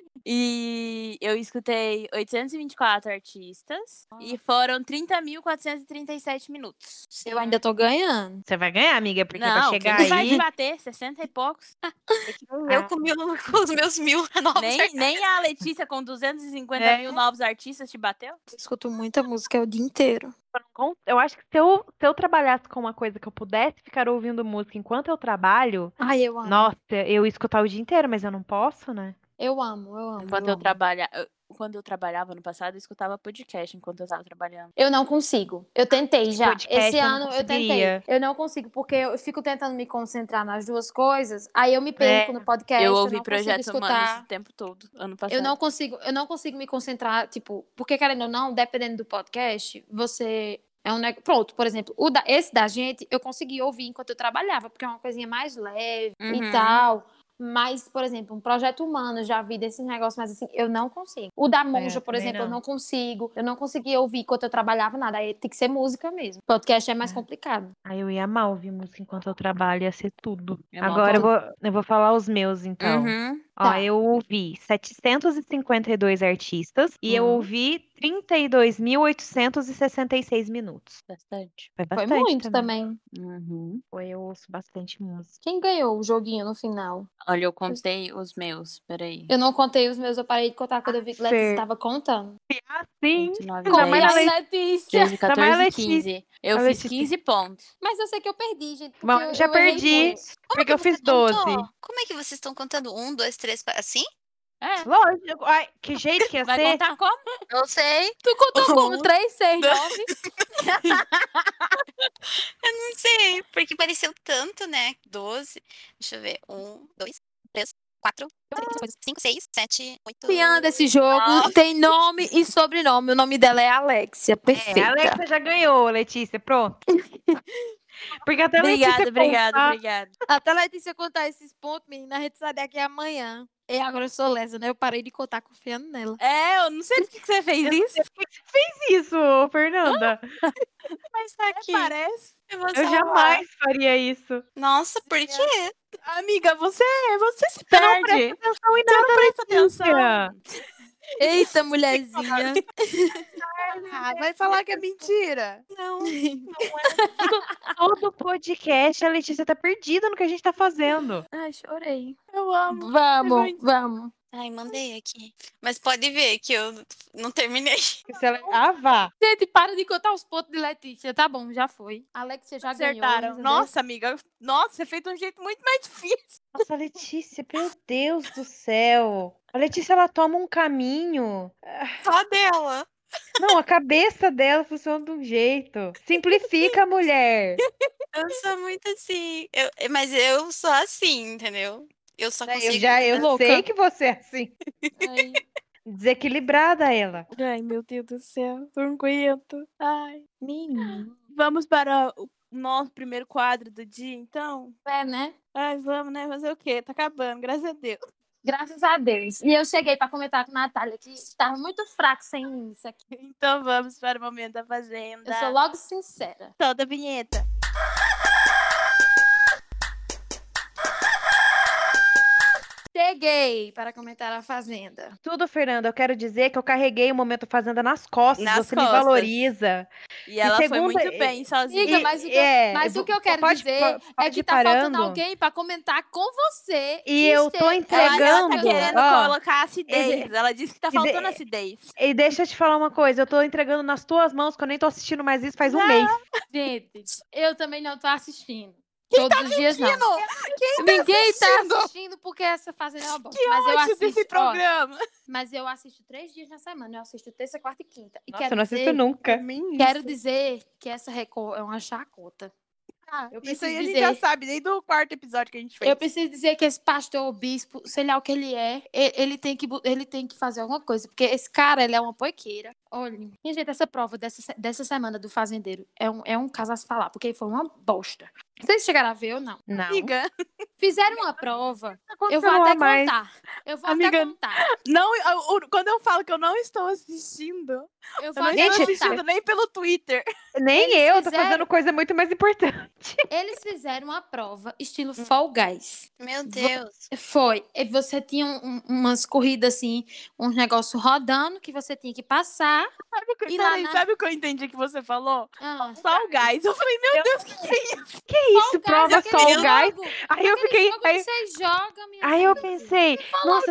E eu escutei 824 artistas e foram 30.437 minutos. Eu ainda tô ganhando. Você vai ganhar, amiga, porque pra Não, chegar quem vai aí... te bater? 60 e poucos. Eu com os meus 1.000 novos Nem a Letícia com 250 mil novos artistas te bateu? Eu escuto muita música o dia inteiro. Eu acho que se eu trabalhasse com uma coisa que eu pudesse ficar ouvindo música enquanto eu trabalho, Ai, eu amo. nossa, eu ia escutar o dia inteiro, mas eu não posso, né? Eu amo. Quando eu trabalhava no passado, eu escutava podcast enquanto eu tava trabalhando. Eu não consigo. Eu tentei já. Podcast Esse eu não ano eu tentei. conseguiria. Eu não consigo, porque eu fico tentando me concentrar nas duas coisas, aí eu me perco no podcast. Eu não ouvi consigo Projeto escutar. Humanos o tempo todo, ano passado. Eu não consigo me concentrar, tipo, porque querendo ou não, dependendo do podcast, você é um pronto, por exemplo, esse da gente, eu consegui ouvir enquanto eu trabalhava, porque é uma coisinha mais leve e tal. Mas, por exemplo, um Projeto Humano, já vi desses negócios, mas assim, eu não consigo. O da Monja, por também exemplo, eu não. não consigo. Eu não conseguia ouvir enquanto eu trabalhava nada. Aí tem que ser música mesmo. Podcast é mais complicado. Aí eu ia mal ouvir música enquanto eu trabalho, ia ser tudo. É mal Agora eu vou falar os meus, então. Uhum. Ó, Tá. eu ouvi 752 artistas e eu ouvi 32.866 minutos. Bastante. Foi Foi bastante muito também. Uhum. Eu ouço bastante música. Quem ganhou o joguinho no final? Olha, eu contei os meus. Peraí. Eu não contei os meus, eu parei de contar quando eu vi que Letícia estava contando. Sim. 8, 9, Tá mais 10, Letícia! 13, Tá mais 14, Letícia. 15. Eu A fiz Letícia. 15 pontos. Mas eu sei que eu perdi, gente. porque Bom, eu já errei perdi. muito. Porque eu fiz você contou? 12. Como é que vocês estão contando? 1, 2, 3, 4, assim? É. Lógico. Ai, que jeito que ia Vai ser? contar como? Eu sei. Tu contou como? 3, 6, 9? Eu não sei. Porque pareceu tanto, né? 12. Deixa eu ver. 1, 2, 3, 4, 5, 6, 7, 8. Campeã desse jogo tem nome e sobrenome. O nome dela é Alexia. Perfeita. A Alexa já ganhou, Letícia. Pronto. Porque até a Letícia Obrigada. Até a Letícia contar esses pontos, menina, a gente sai daqui amanhã. E agora eu sou lesa, né? Eu parei de contar confiando nela. É, eu não sei por que você fez isso. Por que você fez isso, Fernanda? Mas tá aqui. Parece. Eu vou Eu salvar. jamais faria isso. Nossa, por quê? Amiga, você se Você não perde. presta atenção em Você nada, não presta Letícia. atenção. Eita, mulherzinha. Ah, vai falar que é mentira. Não. Todo podcast, a Letícia tá perdida no que a gente tá fazendo. Ai, chorei. Eu amo. Vamos. Ai, mandei aqui. Mas pode ver que eu não terminei. Se ela... Ah, vá. Gente, para de contar os pontos de Letícia. Tá bom, já foi. Alexia já Acertaram. ganhou. entendeu? Nossa, amiga. Nossa, você fez de um jeito muito mais difícil. Nossa, Letícia, meu Deus do céu. A Letícia, ela toma um caminho. Só dela. Não, a cabeça dela funciona de um jeito. Simplifica, mulher. Eu sou muito assim. Mas eu sou assim, entendeu? Eu só consigo. Eu Louca. sei que você é assim. Ai, Desequilibrada ela. Ai, meu Deus do céu. Não aguento. Ai. menino. Vamos para o nosso primeiro quadro do dia, então? É, né? Ai, vamos, né? Fazer o quê? Tá acabando, graças a Deus. Graças a Deus. E eu cheguei pra comentar com a Natália que estava muito fraco sem mim isso aqui. Então vamos para o momento da Fazenda. Eu sou logo sincera. Toda a vinheta. Cheguei para comentar a Fazenda. Tudo, Fernanda, eu quero dizer que eu carreguei o momento Fazenda nas costas. Nas você me costas. valoriza. E ela foi segunda- muito bem sozinha. Amiga, E- mas o que eu quero pode- dizer é pode que ir tá faltando parando. alguém para comentar com você. E que eu tô esteja- Ela tá entregando, querendo ó, colocar acidez. Ela disse que tá faltando acidez. E deixa eu te falar uma coisa, eu tô entregando nas tuas mãos, que eu nem tô assistindo mais isso faz um mês. Gente, eu também não tô assistindo. Todos os dias não. Quem tá Ninguém tá assistindo? assistindo porque essa Fazenda é uma bosta. Que Mas eu ódio assisto, desse ó, programa. mas eu assisto 3 dias na semana. Eu assisto terça, quarta e quinta. E Nossa, quero eu não assisto dizer, nunca. quero dizer que essa Record é uma chacota. Eu Isso aí preciso a gente dizer- já sabe, desde o quarto episódio que a gente fez. Eu preciso dizer que esse pastor, o bispo, sei lá o que ele é, ele tem que fazer alguma coisa, porque esse cara, ele é uma poiqueira. Olha, minha gente, essa prova dessa semana do fazendeiro é um caso a se falar, porque foi uma bosta. Vocês chegaram a ver ou não? Não. Amiga, Fizeram uma prova, eu vou Continua até mais. contar. Eu vou Amiga, até contar. não, quando eu falo que eu não estou assistindo, Eu eu vou não até estou Gente, assistindo contar. nem pelo Twitter. Nem Eles eu, tô fizeram- fazendo coisa muito mais importante. Eles fizeram uma prova estilo Fall Guys. Meu Deus. Foi. E você tinha umas corridas assim, uns negócios rodando que você tinha que passar. E lá Peraí, na- sabe o que eu entendi que você falou? Ah, Só o gás. Eu falei, meu Deus, que é isso? Que isso, prova aquele só o gás? jogo- Aí eu aquele fiquei. jogo Aí, que você joga, minha aí eu filha. pensei, nossa,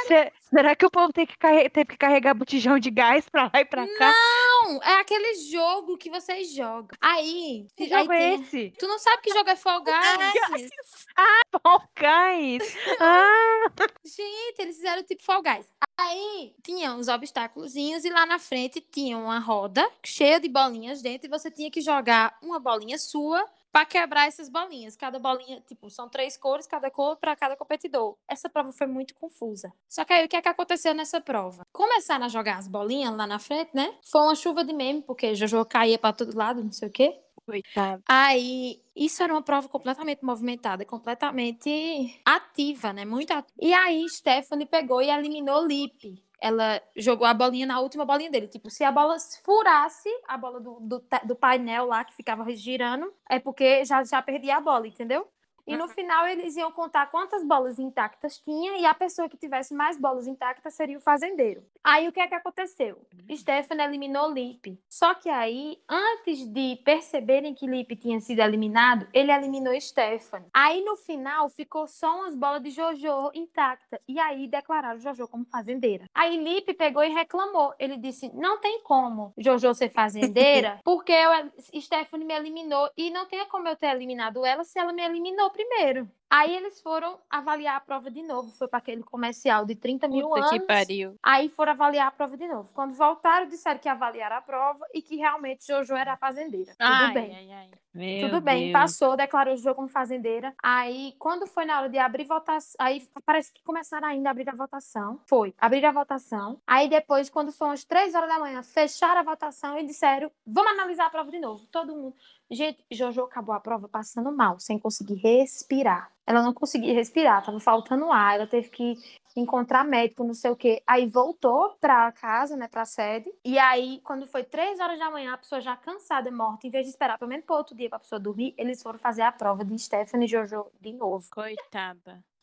será que o povo teve que carregar botijão de gás pra lá e pra cá? Não, é aquele jogo que vocês jogam. Aí, Que aí jogo é tem- esse? Tu não sabe que jogo é Fall Guys? Fall Guys. Ah, Gente, eles fizeram tipo Fall Guys. Aí tinha uns obstáculozinhos e lá na frente tinha uma roda cheia de bolinhas dentro e você tinha que jogar uma bolinha sua pra quebrar essas bolinhas. Cada bolinha, tipo, são 3 cores, cada cor pra cada competidor. Essa prova foi muito confusa. Só que aí o que é que aconteceu nessa prova? Começaram a jogar as bolinhas lá na frente, né? Foi uma chuva de meme, porque Jojo caía pra todo lado, não sei o quê. Coitado. Aí, isso era uma prova completamente movimentada, completamente ativa, né? Muito ativa. E aí, Stephanie pegou e eliminou Lipe. Ela jogou a bolinha na última bolinha dele. Tipo, se a bola furasse, a bola do painel lá que ficava girando, é porque já perdia a bola, entendeu? E no final eles iam contar quantas bolas intactas tinha e a pessoa que tivesse mais bolas intactas seria o fazendeiro. Aí o que é que aconteceu? Stephanie eliminou Lipe. Só que aí, antes de perceberem que Lipe tinha sido eliminado, ele eliminou Stephanie. Aí no final ficou só umas bolas de Jojo intactas. E aí declararam Jojo como fazendeira. Aí Lipe pegou e reclamou. Ele disse: não tem como Jojo ser fazendeira, porque Stephanie me eliminou e não tem como eu ter eliminado ela se ela me eliminou primeiro. Aí eles foram avaliar a prova de novo. Foi para aquele comercial de 30 mil Puta anos. que pariu. Aí foram avaliar a prova de novo. Quando voltaram, disseram que avaliaram a prova e que realmente Jojo era a fazendeira. Tudo bem. meu Tudo bem, Deus. passou, declarou o jogo como fazendeira. Aí, quando foi na hora de abrir votação, aí parece que começaram ainda a abrir a votação. Foi, abrir a votação. Aí depois, quando foram as 3 horas da manhã, fecharam a votação e disseram, vamos analisar a prova de novo. Todo mundo. Gente, Jojo acabou a prova passando mal, sem conseguir respirar. Ela não conseguia respirar, tava faltando ar, ela teve que encontrar médico, não sei o quê. Aí voltou pra casa, né, pra sede. E aí, quando foi 3 horas da manhã, a pessoa já cansada e morta, em vez de esperar pelo menos pro outro dia pra pessoa dormir, eles foram fazer a prova de Stephanie e Jojo de novo. Coitada.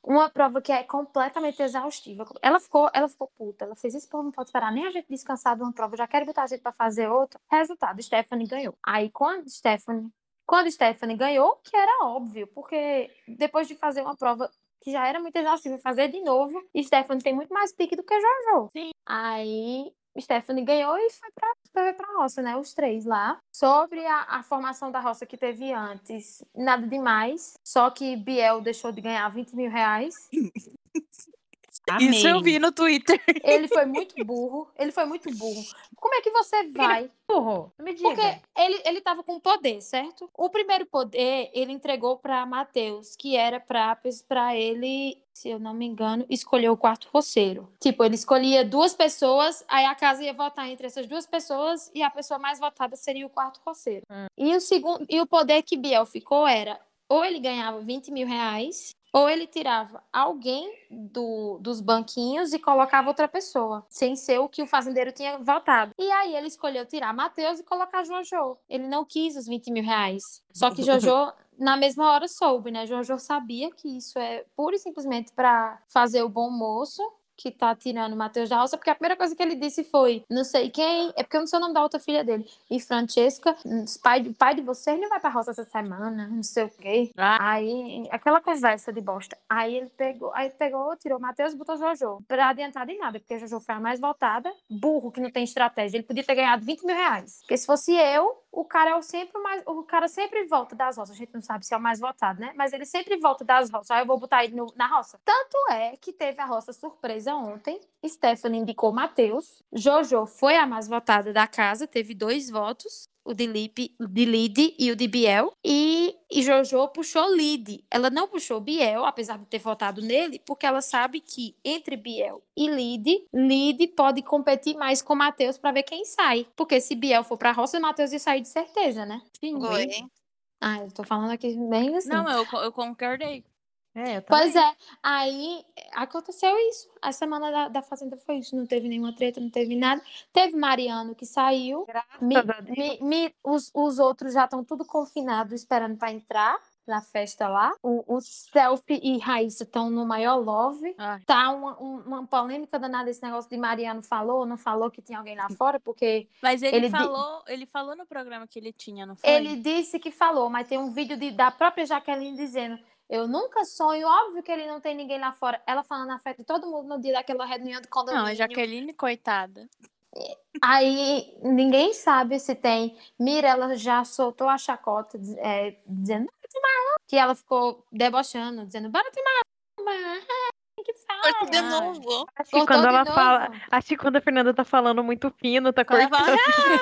Uma prova que é completamente exaustiva. Ela ficou puta. Ela fez isso, pô, não pode esperar nem a gente descansar de uma prova. Já quero botar a gente pra fazer outra. Resultado, Stephanie ganhou. Aí, quando Stephanie ganhou, que era óbvio, porque depois de fazer uma prova que já era muito exaustiva, fazer de novo, Stephanie tem muito mais pique do que Jojo. Sim. Aí, Stephanie ganhou e foi pra roça, né? Os 3 lá. Sobre a formação da roça que teve antes, nada demais. Só que Biel deixou de ganhar 20 mil reais. Isso eu Amei. vi no Twitter. Ele foi muito burro. Como é que você vai? Burro, não me diga. Porque ele tava com poder, certo? O primeiro poder ele entregou pra Matheus, que era pra ele, se eu não me engano, escolher o quarto roceiro. Tipo, ele escolhia 2 pessoas, aí a casa ia votar entre essas 2 pessoas e a pessoa mais votada seria o quarto roceiro. E o poder que Biel ficou era, ou ele ganhava 20 mil reais, ou ele tirava alguém dos banquinhos e colocava outra pessoa, sem ser o que o fazendeiro tinha votado. E aí ele escolheu tirar Matheus e colocar Jojo. Ele não quis os 20 mil reais. Só que Jojo, na mesma hora, soube, né? Jojo sabia que isso é pura e simplesmente para fazer o bom moço, que tá tirando Matheus da roça, porque a primeira coisa que ele disse foi, não sei quem, é porque eu não sei o nome da outra filha dele, e Francesca, pai de vocês não vai pra roça essa semana, não sei o quê. Aí, aquela conversa de bosta. Aí ele pegou, tirou Matheus e botou Jojo, pra adiantar de nada, porque Jojo foi a mais votada, burro que não tem estratégia, ele podia ter ganhado 20 mil reais, porque se fosse eu, o cara sempre volta das roças, a gente não sabe se é o mais votado, né, mas ele sempre volta das roças, aí eu vou botar ele na roça. Tanto é que teve a roça surpresa ontem, Stephanie indicou Matheus, Jojo foi a mais votada da casa, teve 2 votos, o de Lide e o de Biel, e Jojo puxou Lide. Ela não puxou Biel, apesar de ter votado nele, porque ela sabe que entre Biel e Lide pode competir mais com Matheus para ver quem sai. Porque se Biel for pra roça, Matheus ia sair de certeza, né? Sim. Oi. Eu tô falando aqui bem assim. Não, eu concordei. Eu Pois também. é, aí aconteceu isso. A semana da Fazenda foi isso. Não teve nenhuma treta, não teve nada. Teve Mariano que saiu. Graças a Deus. Os outros já estão tudo confinados, esperando para entrar na festa lá. O Selfie e Raíssa estão no maior love. Ai. Tá uma polêmica danada esse negócio de Mariano falou ou não falou que tinha alguém lá fora, porque Mas ele Ele di- falou no programa que ele tinha, não foi? ele disse que falou, mas tem um vídeo da própria Jaqueline dizendo: eu nunca sonho, óbvio que ele não tem ninguém lá fora. Ela falando na frente de todo mundo no dia daquela reunião de condomínio. Não, a Jaqueline, coitada. Aí ninguém sabe se tem. Mirella já soltou a chacota dizendo que ela ficou debochando, dizendo bora te matar. Que Corta de Ai. novo. Acho que Cortou quando de ela novo? fala. Acho que quando a Fernanda tá falando muito fino, tá Quando ela cortando.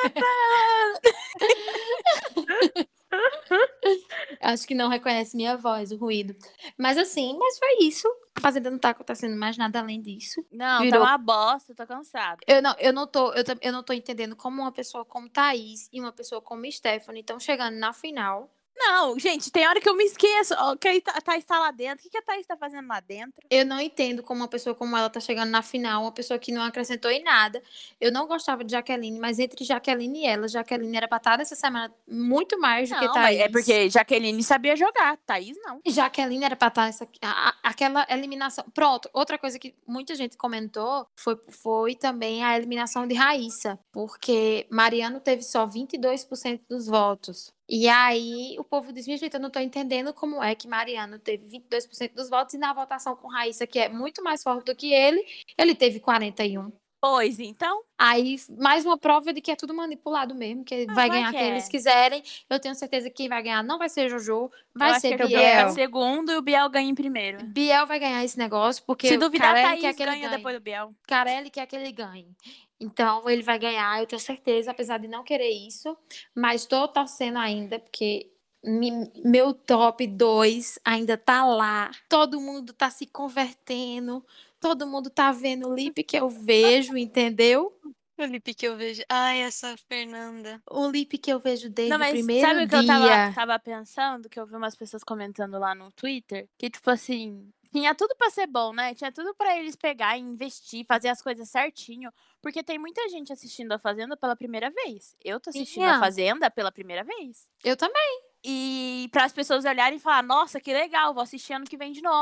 Acho que não reconhece minha voz, o ruído. Mas assim, foi isso. A Fazenda não tá acontecendo mais nada além disso. Não, Virou- tá uma bosta, eu tô cansada. Eu não tô entendendo como uma pessoa como Thaís e uma pessoa como Stephanie estão chegando na final. Não, gente, tem hora que eu me esqueço que a Thaís tá lá dentro. O que a Thaís tá fazendo lá dentro? Eu não entendo como uma pessoa como ela tá chegando na final, uma pessoa que não acrescentou em nada. Eu não gostava de Jaqueline, mas entre Jaqueline e ela, Jaqueline era pra estar nessa semana muito mais do que Não, Thaís. mas é porque Jaqueline sabia jogar, Thaís não. Jaqueline era pra estar aquela eliminação. Pronto, outra coisa que muita gente comentou foi também a eliminação de Raíssa, porque Mariano teve só 22% dos votos. E aí o povo diz: gente, eu não tô entendendo como é que Mariano teve 22% dos votos e na votação com Raíssa, que é muito mais forte do que ele teve 41%. Pois, então. Aí, mais uma prova de que é tudo manipulado mesmo, que vai claro ganhar que quem é. eles quiserem. Eu tenho certeza que quem vai ganhar não vai ser Jojo, Eu vai acho ser que a Biel. Biel em segundo e o Biel ganha em primeiro. Biel vai ganhar esse negócio, porque Se duvidar, Carelli quer Thaís que ele ganha ganhe. depois do Biel. Carelli quer que ele ganhe. Então, ele vai ganhar, eu tenho certeza, apesar de não querer isso. Mas tô torcendo ainda, porque meu top 2 ainda tá lá. Todo mundo tá se convertendo. Todo mundo tá vendo o lip que eu vejo, entendeu? O lip que eu vejo. Ai, essa Fernanda. O lip que eu vejo desde Não, o mas primeiro sabe o que dia. eu tava pensando? Que eu vi umas pessoas comentando lá no Twitter. Que, tipo assim, tinha tudo pra ser bom, né? Tinha tudo pra eles pegar e investir, fazer as coisas certinho. Porque tem muita gente assistindo a Fazenda pela primeira vez. Eu tô assistindo Tinha. a Fazenda pela primeira vez. Eu também. E para as pessoas olharem e falar: nossa, que legal, vou assistir ano que vem de novo.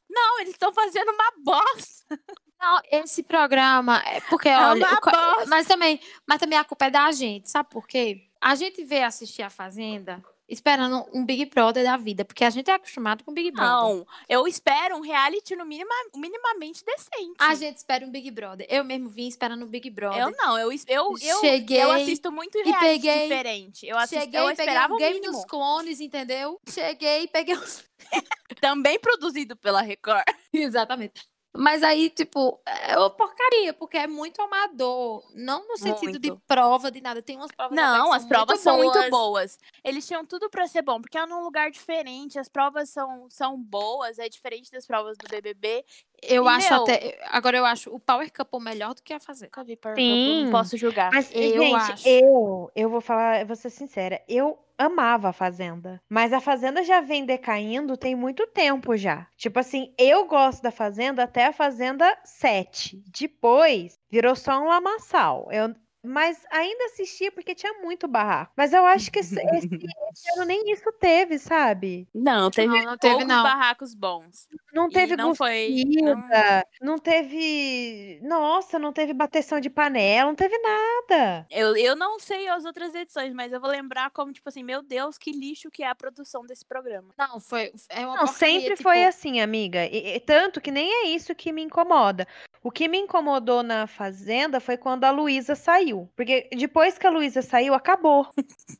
Não, eles estão fazendo uma bosta. Não, esse programa é porque, É olha, uma bosta. mas também a culpa é da gente, sabe por quê? A gente veio assistir a Fazenda esperando um Big Brother da vida, porque a gente é acostumado com Big Brother. Não, eu espero um reality no minimamente decente. A gente espera um Big Brother. Eu mesmo vim esperando um Big Brother. Eu não, eu Cheguei assisto muito reality peguei- diferente. Eu Cheguei e peguei esperava um o Game mínimo. dos Clones, entendeu? Cheguei e peguei os... Também produzido pela Record. Exatamente. Mas aí, tipo, é uma porcaria, porque é muito amador. Não no sentido de Muito. prova, de nada. Tem umas provas até Não, que as provas muito são muito boas. boas. Eles tinham tudo pra ser bom, porque é num lugar diferente, as provas são boas, é diferente das provas do BBB. Eu E, acho meu, até... Agora eu acho o Power Couple melhor do que a Fazenda. Nunca vi Power Sim. Couple, não posso julgar. Mas, Eu gente, acho. eu vou falar, eu vou ser sincera, eu amava a Fazenda. Mas a Fazenda já vem decaindo tem muito tempo já. Tipo assim, eu gosto da Fazenda até a Fazenda 7. Depois, virou só um lamaçal. Mas ainda assistia porque tinha muito barraco. Mas eu acho que esse ano nem isso teve, sabe? Não, teve Não teve, poucos não. barracos bons. Não teve não foi- Guspida, não teve. Nossa, não teve bateção de panela, não teve nada. Eu não sei as outras edições, mas eu vou lembrar como, tipo assim, meu Deus, que lixo que é a produção desse programa. Não, é uma Não, porcaria, sempre tipo... foi assim, amiga. Tanto que nem é isso que me incomoda. O que me incomodou na Fazenda foi quando a Luísa saiu. Porque depois que a Luísa saiu, acabou.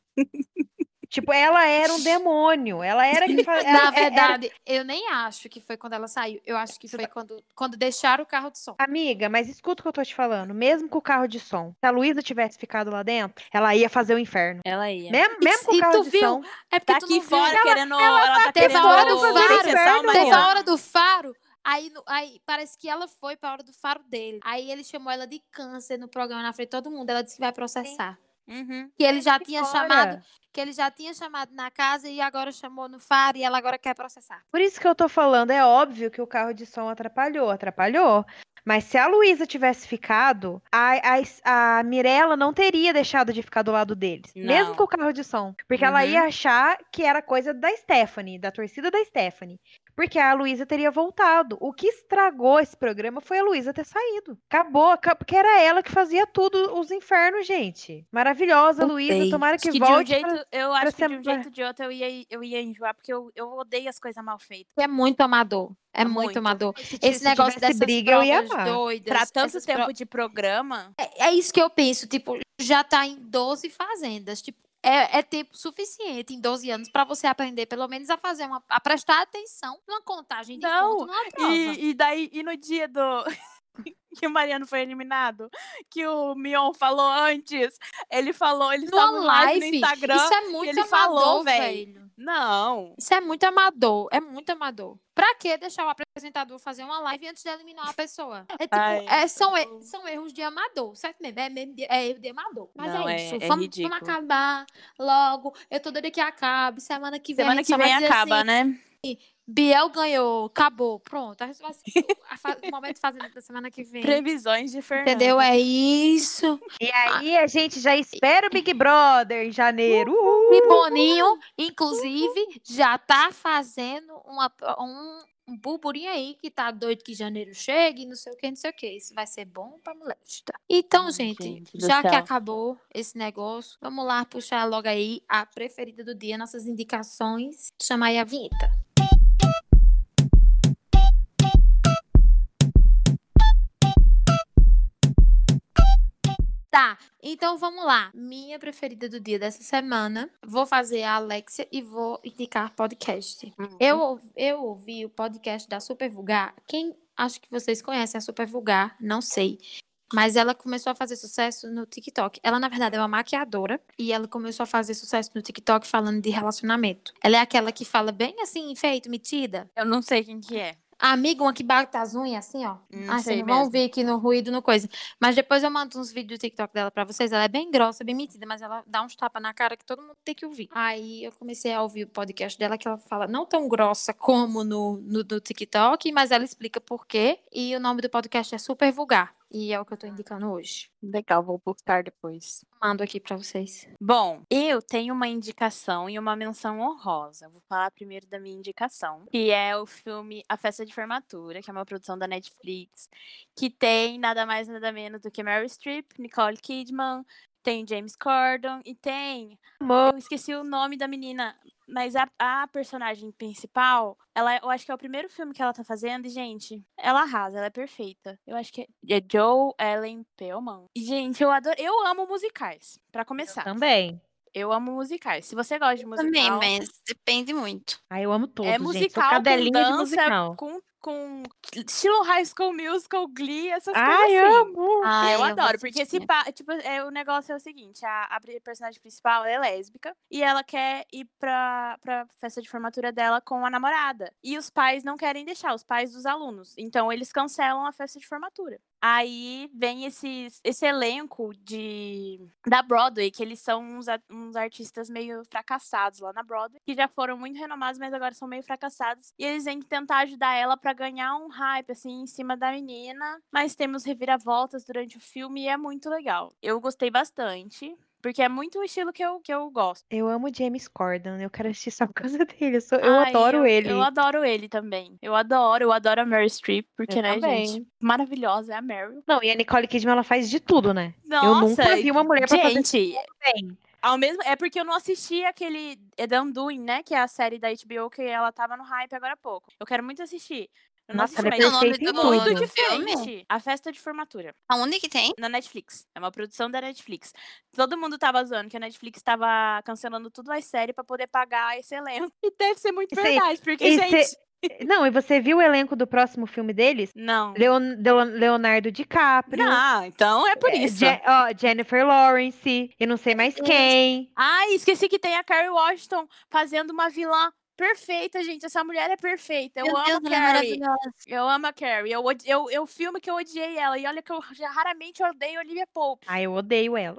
Tipo, ela era um demônio. Ela era que fazia. Na verdade, eu nem acho que foi quando ela saiu. Eu acho que foi quando deixaram o carro de som. Amiga, mas escuta o que eu tô te falando. Mesmo com o carro de som, se a Luísa tivesse ficado lá dentro, ela ia fazer o inferno. Ela ia. Mesmo com o E carro tu de viu? som. É porque Tá tu aqui não viu. fora querendo. Ela tá Teve querendo a hora do faro. processar o Teve a Mariano. hora do faro. Aí parece que ela foi pra hora do faro dele. Aí ele chamou ela de câncer no programa na frente de todo mundo. Ela disse que vai processar. Uhum. Que ele já Que tinha fora. chamado. Que ele já tinha chamado na casa e agora chamou no faro e ela agora quer processar. Por isso que eu tô falando, é óbvio que o carro de som atrapalhou. Mas se a Luísa tivesse ficado, a Mirella não teria deixado de ficar do lado deles. Mesmo Não. com o carro de som. Porque ela Uhum. ia achar que era coisa da Stephanie, da torcida da Stephanie. Porque a Luísa teria voltado. O que estragou esse programa foi a Luísa ter saído. Acabou, porque era ela que fazia tudo, os infernos, gente. Maravilhosa, Luísa. Tomara que Acho que volte. de um jeito, eu acho que de um ser- jeito ou de outro eu ia enjoar, porque eu odeio as coisas mal feitas. É muito amador. É muito Muito. amador. Se Esse negócio tivesse dessas briga, eu ia provas amar. doidas. Pra tanto essas tempo de programa, É isso que eu penso, tipo, já tá em 12 fazendas, tipo, é tempo suficiente em 12 anos pra você aprender pelo menos a fazer a prestar atenção numa contagem de Não, ponto numa prova. e no dia do que o Mariano foi eliminado, que o Mion falou antes, ele estava Numa em live no live, Instagram isso é e muito ele amador, falou, velho. Não. Isso é muito amador, é muito amador. Pra que deixar o apresentador fazer uma live antes de eliminar uma pessoa? É tipo, Ai, são erros de amador, certo mesmo? É erro de amador. Mas Não, é é- isso, é vamos ridículo. acabar logo. Eu tô doida que acabe, semana que vem a Semana gente que só vai vem dizer acaba, assim, né? Biel ganhou, acabou, pronto. Vai ser o momento fazendo da semana que vem. Previsões de Fernanda. Entendeu? É isso. E aí a gente já espera o Big Brother em janeiro. E Boninho, inclusive, já tá fazendo um burburinho aí que tá doido que janeiro chegue, não sei o que, não sei o que. Isso vai ser bom pra molesta. Então, Ai, gente, gente do já que céu. acabou esse negócio, vamos lá puxar logo aí a preferida do dia, nossas indicações. Chama aí a vinheta. Tá, então vamos lá. Minha preferida do dia dessa semana. Vou fazer a Alexia e vou indicar podcast. Eu ouvi o podcast da Super Vulgar. Acho que vocês conhecem a Super Vulgar, não sei. Mas ela começou a fazer sucesso no TikTok. Ela, na verdade, é uma maquiadora. E ela começou a fazer sucesso no TikTok falando de relacionamento. Ela é aquela que fala bem assim, feito, metida. Eu não sei quem que é. A amiga, uma que bate as unhas assim, ó. Não Vocês sei não vão mesmo. ver aqui no ruído, no coisa. Mas depois eu mando uns vídeos do TikTok dela pra vocês. Ela é bem grossa, bem metida, mas ela dá uns tapas na cara que todo mundo tem que ouvir. Aí eu comecei a ouvir o podcast dela, que ela fala não tão grossa como no TikTok, mas ela explica por quê. E o nome do podcast é Super Vulgar. E é o que eu tô indicando hoje. Legal, vou buscar depois. Mando aqui pra vocês. Bom, eu tenho uma indicação e uma menção honrosa. Vou falar primeiro da minha indicação, que é o filme A Festa de Formatura, que é uma produção da Netflix, que tem nada mais nada menos do que Meryl Streep, Nicole Kidman, tem James Corden e tem... Amor. Eu esqueci o nome da menina, mas a personagem principal, eu acho que é o primeiro filme que ela tá fazendo e, gente, ela arrasa, ela é perfeita. Eu acho que é Joe Ellen Pellman. E, gente, eu amo musicais, pra começar. Também. Eu amo musicais. Se você gosta de Também, musical, mas depende muito. Ai, eu amo todos, é gente. Sou musical com cadelinha de dança, musical. com estilo High School Musical, Glee, essas coisas Ai, assim. amo! Ai, Eu vou adoro, porque assistir. tipo, o negócio é o seguinte, a personagem principal é lésbica e ela quer ir pra festa de formatura dela com a namorada. E os pais não querem deixar, os pais dos alunos. Então eles cancelam a festa de formatura. Aí vem esse elenco da Broadway, que eles são uns artistas meio fracassados lá na Broadway, que já foram muito renomados, mas agora são meio fracassados. E eles vêm tentar ajudar ela pra ganhar um hype, assim, em cima da menina. Mas temos reviravoltas durante o filme e é muito legal. Eu gostei bastante. Porque é muito o estilo que eu gosto. Eu amo James Corden, eu quero assistir só por causa dele. Eu adoro Eu ele. adoro ele também. Eu adoro a Meryl Streep, porque, Eu né, também. gente, maravilhosa é a Meryl. Não, e a Nicole Kidman, ela faz de tudo, né? Nossa, eu nunca vi uma mulher pra fazer gente, tudo bem. é porque eu não assisti aquele The Undoing, né, que é a série da HBO que ela tava no hype agora há pouco. Eu quero muito assistir. Eu não Nossa, assisti, ela é mas o nome perfeita em do- muito tudo. do diferente. filme? A Festa de Formatura. Aonde que tem? Na Netflix. É uma produção da Netflix. Todo mundo tava zoando que a Netflix tava cancelando tudo as séries pra poder pagar esse elenco. E deve ser muito Esse- verdade, porque, esse- gente... Não, e você viu o elenco do próximo filme deles? Não. Leonardo DiCaprio. Não, então é por isso. Jennifer Lawrence. E não sei mais Deus. quem. Ai, esqueci que tem a Carrie Washington fazendo uma vilã perfeita, gente. Essa mulher é perfeita. Eu Meu amo Deus, a ela é Carrie. maravilhosa. Eu amo a Carrie. Eu filme que eu odiei ela. E olha que eu já raramente odeio Olivia Pope. Ai, eu odeio ela.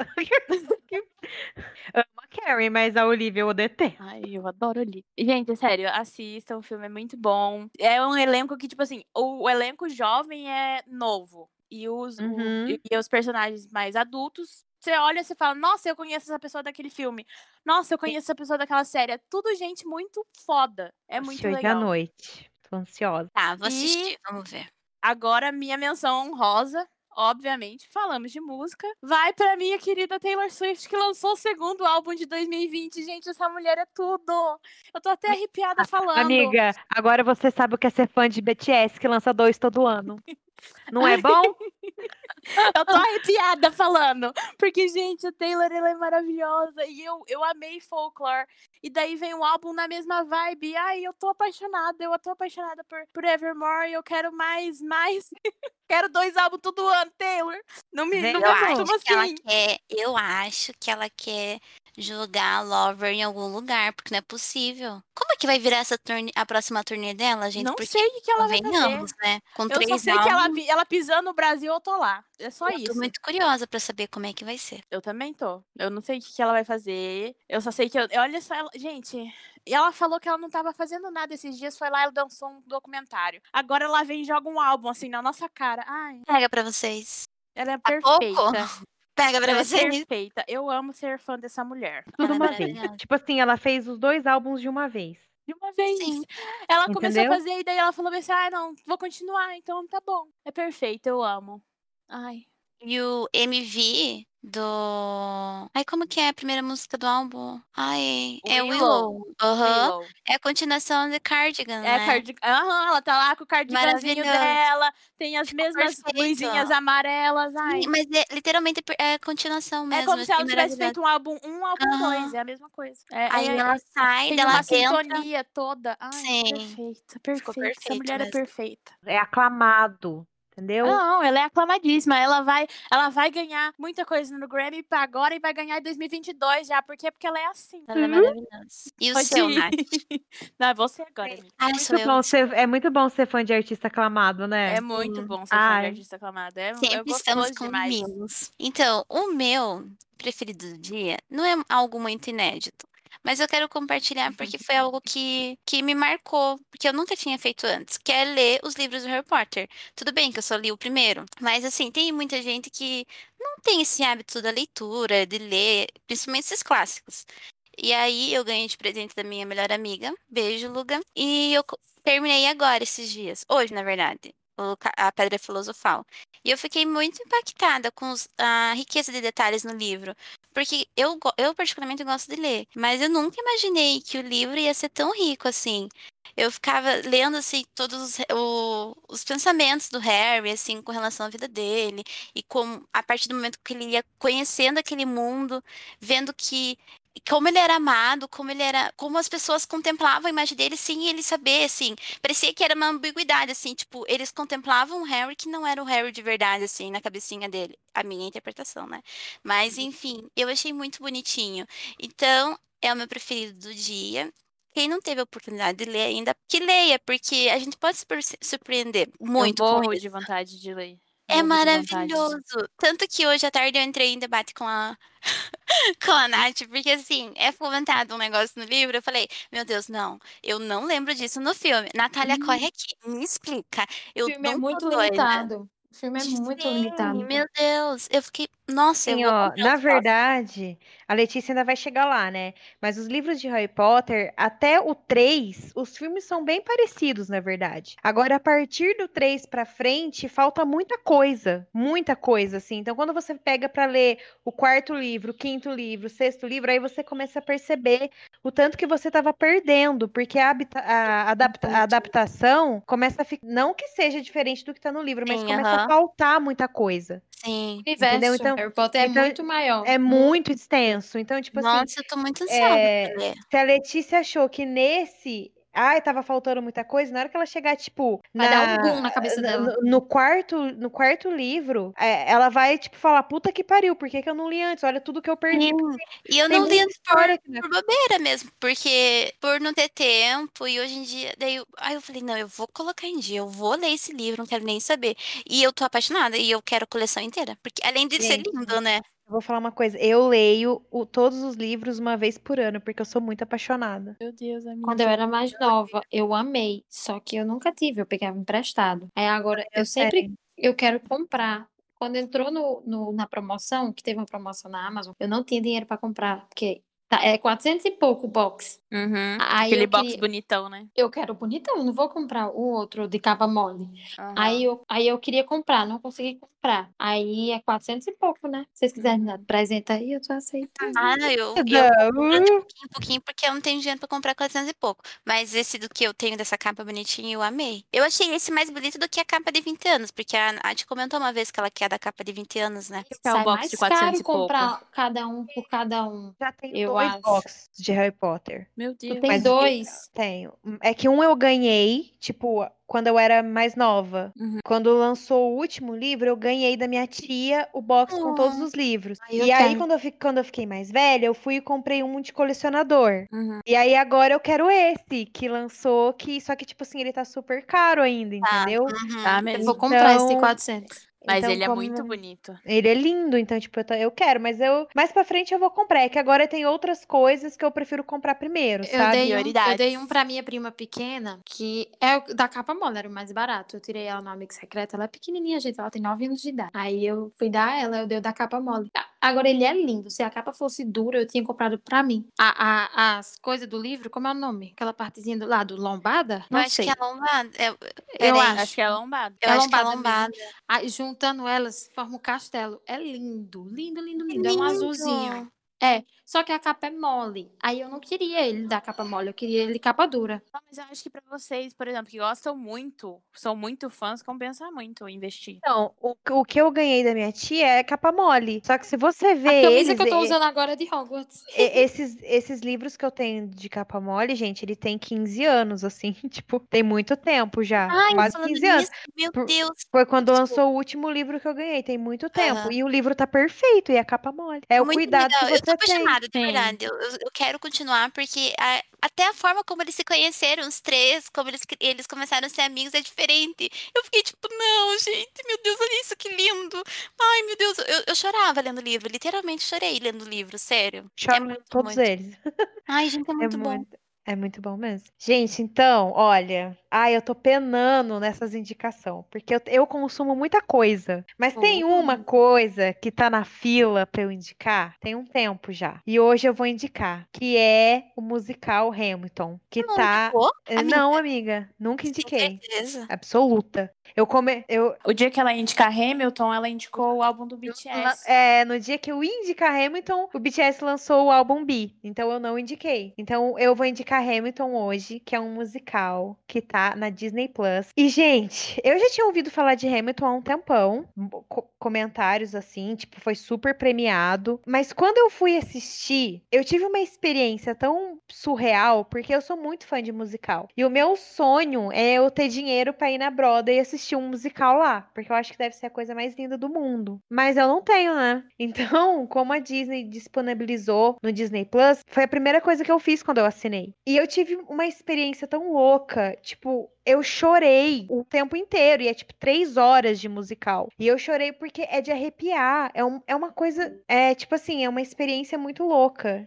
Amo a Carrie, mas a Olivia eu detesto. Ai, eu adoro Olivia. Gente, sério, assistam. O filme é muito bom. É um elenco que, tipo assim, o elenco jovem é novo. E Uhum. e os personagens mais adultos, você olha e você fala, nossa, eu conheço essa pessoa daquele filme. Nossa, eu conheço essa pessoa daquela série. É tudo gente muito foda. É muito Hoje à legal. noite. Tô ansiosa. Tá, vou E- assistir, vamos ver. Agora, minha menção honrosa, obviamente, falamos de música, vai pra minha querida Taylor Swift, que lançou o segundo álbum de 2020. Gente, essa mulher é tudo. Eu tô até arrepiada falando. Amiga, agora você sabe o que é ser fã de BTS, que lança 2 todo ano. Não é bom? Eu tô arrepiada falando. Porque, gente, a Taylor, ela é maravilhosa. E eu amei Folklore. E daí vem um álbum na mesma vibe. Ai, eu tô apaixonada. Eu tô apaixonada por Evermore. E eu quero mais. Quero 2 álbuns todo ano, Taylor. Não me Vem, não eu me acho acostuma Que ela assim. eu acho que ela quer jogar Lover em algum lugar, porque não é possível. Como é que vai virar a próxima turnê dela, gente? Não Porque sei o que ela vai fazer. convenhamos, né? Com Eu só 3 sei que álbuns, ela pisando no Brasil, eu tô lá. É só eu tô isso. muito curiosa pra saber como é que vai ser. Eu também tô. Eu não sei o que ela vai fazer. Eu só sei que olha só, gente. E ela falou que ela não tava fazendo nada esses dias. Foi lá e dançou um documentário. Agora ela vem e joga um álbum assim na nossa cara. Ai, Pega pra vocês. ela é Há pouco? perfeita. Pega pra Ela é vocês. perfeita. Eu amo ser fã dessa mulher. Tudo Ela é uma vez. maravilhosa. Tipo assim, ela fez os 2 álbuns de uma vez. De uma vez. Sim. Ela começou a Entendeu? fazer e daí ela falou assim: ah, não, vou continuar. Então tá bom. É perfeito, eu amo. Ai. E o MV do. Ai, como que é a primeira música do álbum? Ai, é Willow. Willow. Aham. Willow. É a continuação de Cardigan, É né? Aham, ela tá lá com o cardiganzinho Maravilhoso. dela, tem as Ficou mesmas perfeito. luzinhas amarelas. Ai. Sim, mas literalmente é a continuação É mesmo. como eu se ela achei tivesse maravilhoso. feito um álbum Aham. 2, é a mesma coisa. Aí ela sai, tem dela uma entra. sintonia toda. Ai, Sim. perfeita, perfeita. Essa perfeito mulher é mesmo. perfeita. É aclamado. Entendeu? Não, ela é aclamadíssima. Ela vai ganhar muita coisa no Grammy pra agora e vai ganhar em 2022 já. Por quê? Porque ela é assim. Ela é maravilhosa. E o Pode seu, ir. Nath? Não, é você agora, amiga. Ai, sou eu. É muito bom ser fã de artista aclamado, né? É muito Sim. bom ser fã de Ai. artista aclamado. É Sempre estamos gostoso com demais. mimos. Então, o meu preferido do dia não é algo muito inédito, mas eu quero compartilhar porque foi algo que me marcou, porque eu nunca tinha feito antes, que é ler os livros do Harry Potter. Tudo bem que eu só li o primeiro, mas assim, tem muita gente que não tem esse hábito da leitura, de ler, principalmente esses clássicos. E aí eu ganhei de presente da minha melhor amiga, beijo, Luga, e eu terminei agora esses dias, hoje, na verdade, a Pedra Filosofal. E eu fiquei muito impactada com a riqueza de detalhes no livro. Porque eu particularmente gosto de ler, mas eu nunca imaginei que o livro ia ser tão rico assim. Eu ficava lendo assim todos os pensamentos do Harry assim com relação à vida dele e com a partir do momento que ele ia conhecendo aquele mundo, vendo que como ele era amado, como as pessoas contemplavam a imagem dele sem ele saber, assim, parecia que era uma ambiguidade, assim, tipo, eles contemplavam o Harry que não era o Harry de verdade, assim, na cabecinha dele, a minha interpretação, né? Mas, enfim, eu achei muito bonitinho. Então, é o meu preferido do dia. Quem não teve a oportunidade de ler ainda, que leia, porque a gente pode se surpreender Eu muito com morro isso. de vontade de ler. É Morro de vontade. maravilhoso. Tanto que hoje à tarde eu entrei em debate com com a Nath, porque assim, é fomentado um negócio no livro. Eu falei, meu Deus, não, eu não lembro disso no filme. Natália, corre aqui, me explica. O Eu filme é não tô muito doida. limitado. O filme é muito Sim, limitado. meu Deus. Eu fiquei, nossa, eu Assim, vou ó, comprar na os próximos. verdade, a Letícia ainda vai chegar lá, né? Mas os livros de Harry Potter, até o 3, os filmes são bem parecidos, na verdade. Agora, a partir do 3 pra frente, falta muita coisa, assim. Então, quando você pega pra ler o quarto livro, o quinto livro, o sexto livro, aí você começa a perceber o tanto que você estava perdendo, porque a adaptação começa a ficar, não que seja diferente do que tá no livro, mas Sim, começa a aham. faltar muita coisa. Sim. O Entendeu? universo Então, Harry Potter é muito maior. é muito extenso. Então, tipo assim, Nossa, eu tô muito ansiosa pra ler. se a Letícia achou que nesse. Ai, tava faltando muita coisa, na hora que ela chegar, tipo, Vai dar um boom na cabeça dela. no quarto livro, ela vai, tipo, falar, puta que pariu, por que que eu não li antes? Olha tudo que eu perdi. Sim. Porque E eu tem não li muita história aqui, né? por bobeira mesmo, porque por não ter tempo, e hoje em dia, daí aí eu falei, não, eu vou colocar em dia, eu vou ler esse livro, não quero nem saber. E eu tô apaixonada, e eu quero a coleção inteira, porque além de ser Gente, lindo, né? eu vou falar uma coisa, eu leio todos os livros uma vez por ano, porque eu sou muito apaixonada. Meu Deus, Quando eu amiga. era mais nova, eu amei. Só que eu nunca tive, eu pegava emprestado. Aí agora, Eu tenho. eu quero comprar. Quando entrou na promoção, que teve uma promoção na Amazon, eu não tinha dinheiro para comprar, porque é 400 e pouco o box. Uhum. Aí Aquele eu box queria, bonitão, né? eu quero bonitão, eu não vou comprar o outro de capa mole. Aham. Aí eu queria comprar, não consegui comprar. Aí é 400 e pouco, né? Se vocês quiserem me dar de presente aí, eu tô aceitando. Ah, eu vou comprando de pouquinho em pouquinho, porque eu não tenho dinheiro pra comprar 400 e pouco. Mas esse do que eu tenho dessa capa bonitinha, eu amei. Eu achei esse mais bonito do que a capa de 20 anos, porque a Nath comentou uma vez que ela quer a da capa de 20 anos, né? É o Sai box de mais 400 caro e pouco. comprar cada um por cada um. Já tenho Eu 2 acho. boxes de Harry Potter. Meu Tu Deus. tem Mas dois. tenho. É que um eu ganhei, tipo, quando eu era mais nova. Uhum. Quando lançou o último livro, eu ganhei da minha tia o box com todos Hum. os livros. Aí eu E aí, quero. quando eu fiquei mais velha, eu fui e comprei um de colecionador. Uhum. E aí, agora eu quero esse, que lançou, só que, tipo assim, ele tá super caro ainda, entendeu? Uhum. Tá Eu mesmo. vou comprar esse de Então, 400. Mas então ele é como muito bonito. ele é lindo, então, tipo, eu quero, mas mais pra frente eu vou comprar. É que agora tem outras coisas que eu prefiro comprar primeiro, Eu sabe? dei Prioridades. um pra minha prima pequena, que é o da capa mole, era o mais barato. Eu tirei ela no Amigo Secreto, ela é pequenininha, gente, ela tem 9 anos de idade. Aí eu fui dar a ela, eu dei o da capa mole. Agora ele é lindo, se a capa fosse dura, eu tinha comprado pra mim. As coisas do livro, como é o nome? Aquela partezinha do lado, lombada? Eu Não acho que sei. é lombada. Eu Peraí. Acho que é lombado. Eu É acho que é lombada mesmo. lombada. Aí, juntando elas, forma um castelo. É lindo, lindo, lindo, Que lindo. É um lindo. azulzinho. É, só que a capa é mole. Aí eu não queria ele da capa mole, eu queria ele capa dura. Não, mas eu acho que pra vocês, por exemplo, que gostam muito, são muito fãs, compensa muito investir. Então, o que eu ganhei da minha tia é capa mole. Só que se você vê A camisa eles, que eu tô usando agora é de Hogwarts. esses livros que eu tenho de capa mole, gente, ele tem 15 anos, assim, tipo, tem muito tempo já. Ai, Quase falando 15 anos. nisso, meu Por- Deus. Foi quando Desculpa. lançou o último livro que eu ganhei, tem muito tempo. Aham. E o livro tá perfeito, e a capa mole. É o Muito cuidado que legal. Eu você tô ainda tem. apaixonada, de Sim. verdade. Eu quero continuar, porque até a forma como eles se conheceram, os três, como eles começaram a ser amigos, é diferente. Eu fiquei tipo, não, gente, meu Deus, olha isso, que lindo. Ai, meu Deus, eu chorava lendo o livro, literalmente chorei lendo o livro, sério. É Choro lendo muito, todos muito. eles. Ai, gente, é É muito bom. muito, é muito bom mesmo. Gente, então, olha, eu tô penando nessas indicações, porque eu consumo muita coisa, mas tem uma coisa que tá na fila pra eu indicar, tem um tempo já. E hoje eu vou indicar, que é o musical Hamilton, que Não tá. indicou, amiga? Não, amiga, nunca Tem indiquei. certeza? Absoluta. Eu, O dia que ela indicar Hamilton, ela indicou o álbum do BTS. no dia que eu ia indicar Hamilton, o BTS lançou o álbum B. Então eu não indiquei. Então eu vou indicar Hamilton hoje, que é um musical que tá na Disney Plus. E, gente, eu já tinha ouvido falar de Hamilton há um tempão. Comentários assim, tipo, foi super premiado. Mas quando eu fui assistir, eu tive uma experiência tão surreal, porque eu sou muito fã de musical. E o meu sonho é eu ter dinheiro pra ir na Broadway e assistir um musical lá. Porque eu acho que deve ser a coisa mais linda do mundo. Mas eu não tenho, né? Então, como a Disney disponibilizou no Disney Plus, foi a primeira coisa que eu fiz quando eu assinei. E eu tive uma experiência tão louca. Tipo, eu chorei o tempo inteiro. E é tipo 3 horas de musical. E eu chorei porque é de arrepiar. É uma coisa. É tipo assim, é uma experiência muito louca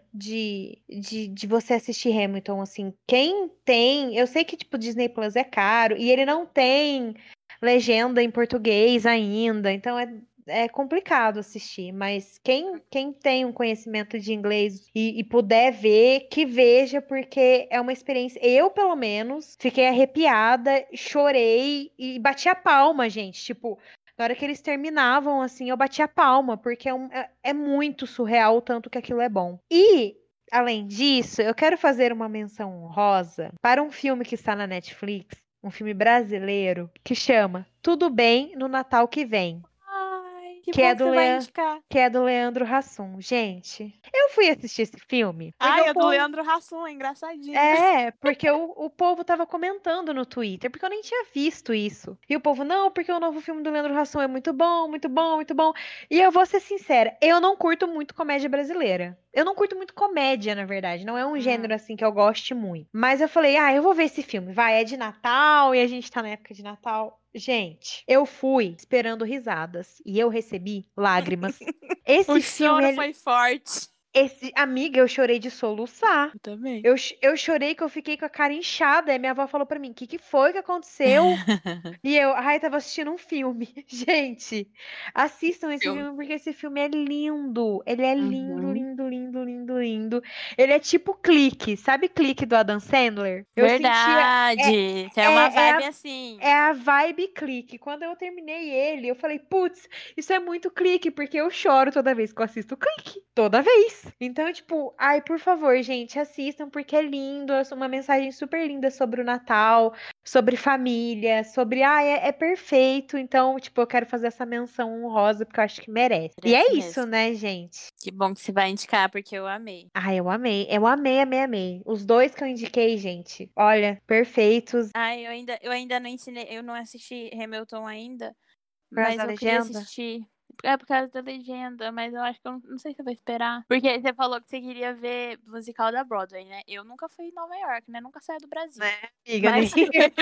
de você assistir Hamilton. Assim, quem tem. Eu sei que, tipo, Disney Plus é caro. E ele não tem legenda em português ainda, então é complicado assistir, mas quem tem um conhecimento de inglês e puder ver, que veja, porque é uma experiência. Eu, pelo menos, fiquei arrepiada, chorei e bati a palma, gente. Tipo, na hora que eles terminavam, assim, eu bati a palma, porque é muito surreal o tanto que aquilo é bom. E além disso, eu quero fazer uma menção honrosa para um filme que está na Netflix, um filme brasileiro, que chama Tudo Bem no Natal que Vem, Ai, que que é bom que do, você vai Lea- indicar. que é do Leandro Hassum. Gente, eu fui assistir esse filme porque Ai, o é do povo. Leandro Hassum, é engraçadinho. Porque o povo tava comentando no Twitter, porque eu nem tinha visto isso. E o povo, não, porque o novo filme do Leandro Hassum é muito bom, muito bom, muito bom. E eu vou ser sincera, eu não curto muito comédia brasileira. Eu não curto muito comédia, na verdade. Não é um gênero assim que eu goste muito. Mas eu falei, eu vou ver esse filme. Vai, é de Natal e a gente tá na época de Natal. Gente, eu fui esperando risadas e eu recebi lágrimas. O Esse filme, choro foi forte. amiga, eu chorei de soluçar. Eu também. Eu chorei que eu fiquei com a cara inchada. E minha avó falou pra mim: que foi que aconteceu? E eu, tava assistindo um filme. Gente, assistam esse filme porque esse filme é lindo. Ele é lindo, Uhum. lindo, lindo, lindo, lindo. Ele é tipo Clique, sabe Clique do Adam Sandler? Eu sentia. Verdade. Tem uma É vibe a, assim. é a vibe Clique. Quando eu terminei ele, eu falei: putz, isso é muito Clique, porque eu choro toda vez que eu assisto Clique. Toda vez. Então, tipo, por favor, gente, assistam porque é lindo. É uma mensagem super linda sobre o Natal, sobre família, sobre, é perfeito. Então, tipo, eu quero fazer essa menção honrosa porque eu acho que merece. E Merece é isso, mesmo. né, gente? Que bom que você vai indicar, porque eu amei. Eu amei. Eu amei, amei, amei. Os dois que eu indiquei, gente, olha, perfeitos. Ai, eu ainda não ensinei, eu não assisti Hamilton ainda, Por causa mas da eu queria legenda. assistir. É por causa da legenda, mas eu acho que eu não sei se eu vou esperar. Porque você falou que você queria ver o musical da Broadway, né? Eu nunca fui em Nova York, né? Nunca saí do Brasil. Né, amiga? Mas,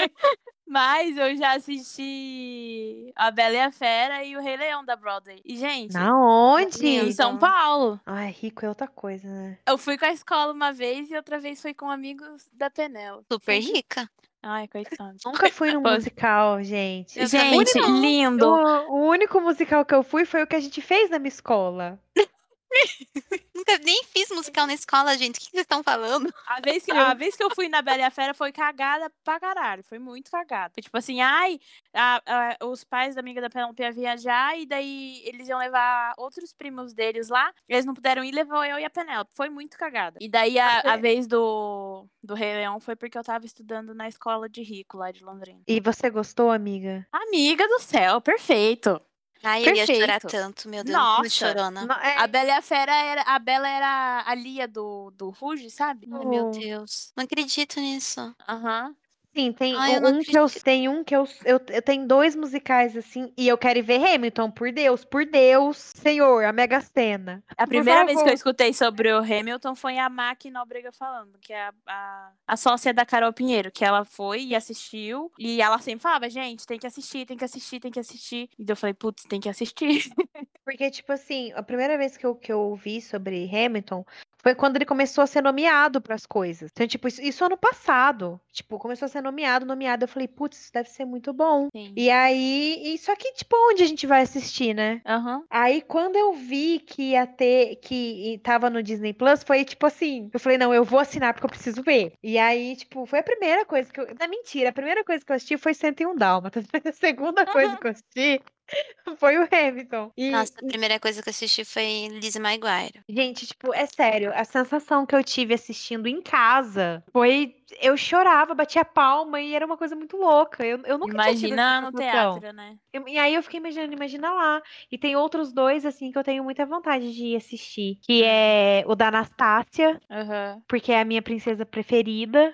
mas eu já assisti A Bela e a Fera e o Rei Leão da Broadway. E, gente, Na onde? em São Paulo. Rico é outra coisa, né? Eu fui com a escola uma vez e outra vez foi com amigos da Penela. Super rica. Ai, coitado. Nunca fui num Pô, musical, gente. Eu também gente, não. lindo. O único musical que eu fui foi o que a gente fez na minha escola. Nunca nem fiz musical na escola, gente. O que vocês estão falando? A vez que eu fui na Bela e a Fera foi cagada pra caralho. Foi muito cagada. Foi tipo assim, os pais da amiga da Penelope iam viajar e daí eles iam levar outros primos deles lá. Eles não puderam ir, levou eu e a Penelope. Foi muito cagada. E daí a vez do Rei Leão foi porque eu tava estudando na escola de rico lá de Londrina. E você gostou, amiga? Amiga do céu, perfeito. Ai, eu ia chorar Perfeito. tanto, meu Deus. Nossa. Muito chorona. A Bela e a Fera a Bela era a Lia do Ruge, sabe? Ai, meu Deus. Não acredito nisso. Aham. Sim, tem Ai, eu não eu tenho 2 musicais assim, e eu quero ir ver Hamilton, por Deus, Senhor, a Mega Sena. A Por primeira vez que eu favor. escutei sobre o Hamilton foi a Mac Nóbrega falando, que é a sócia da Carol Pinheiro, que ela foi e assistiu, e ela sempre falava, gente, tem que assistir, tem que assistir, tem que assistir. E daí eu falei, putz, tem que assistir. Porque, tipo assim, a primeira vez que eu ouvi sobre Hamilton foi quando ele começou a ser nomeado para as coisas. Então, tipo, isso ano passado. Tipo, começou a ser nomeado. Eu falei, putz, isso deve ser muito bom. Sim. E aí, só que, tipo, onde a gente vai assistir, né? Aham. Aí, quando eu vi que ia ter, que tava no Disney Plus, foi tipo assim, eu falei, não, eu vou assinar porque eu preciso ver. E aí, tipo, foi a primeira coisa que eu. Não, mentira, a primeira coisa que eu assisti foi 101 Dálmatas, mas a segunda coisa que eu assisti foi o Hamilton. Nossa, a primeira coisa que eu assisti foi Lizzie McGuire. Gente, tipo, é sério, a sensação que eu tive assistindo em casa foi. Eu chorava, batia palma e era uma coisa muito louca. Eu nunca tinha tido essa Imagina no sensação. teatro, né? E aí eu fiquei imaginando, imagina lá. E tem outros 2, assim, que eu tenho muita vontade de ir assistir. Que é o da Anastácia, Aham. porque é a minha princesa preferida.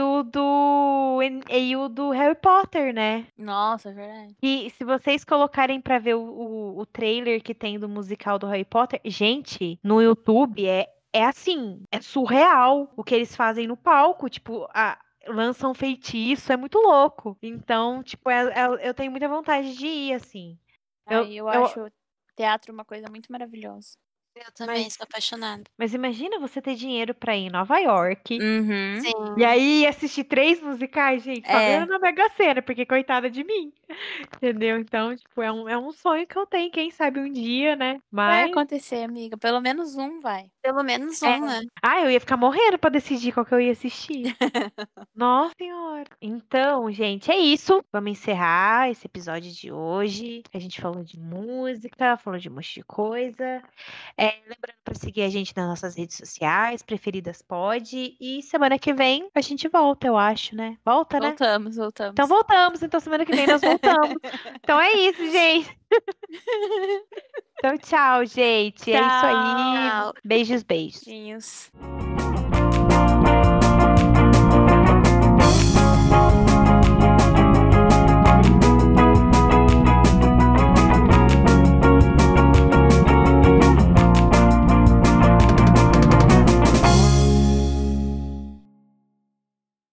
E o do Harry Potter, né? Nossa, é verdade. E se vocês colocarem pra ver o trailer que tem do musical do Harry Potter, gente, no YouTube é assim, é surreal o que eles fazem no palco, tipo, lançam feitiço, é muito louco. Então, tipo, eu tenho muita vontade de ir, assim. Aí eu acho teatro uma coisa muito maravilhosa. Eu também Mas, sou apaixonada. mas imagina você ter dinheiro pra ir em Nova York. Uhum. Sim. E aí assistir 3 musicais, gente, só É. ganhando na Mega Sena, porque coitada de mim. Entendeu? Então, tipo, é um sonho que eu tenho, quem sabe um dia, né? Vai Mas. acontecer, amiga. Pelo menos um vai. Pelo menos É. um, né? Eu ia ficar morrendo pra decidir qual que eu ia assistir. Nossa senhora. Então, gente, é isso. Vamos encerrar esse episódio de hoje. A gente falou de música, falou de um monte de coisa. Lembrando para seguir a gente nas nossas redes sociais, preferidas pode. E semana que vem a gente volta, eu acho, né? Volta, né? Voltamos. Então voltamos. Então semana que vem nós voltamos. Então é isso, gente. Então tchau, gente. É isso aí. Tchau. Tchau. Beijos, beijos. Beijinhos.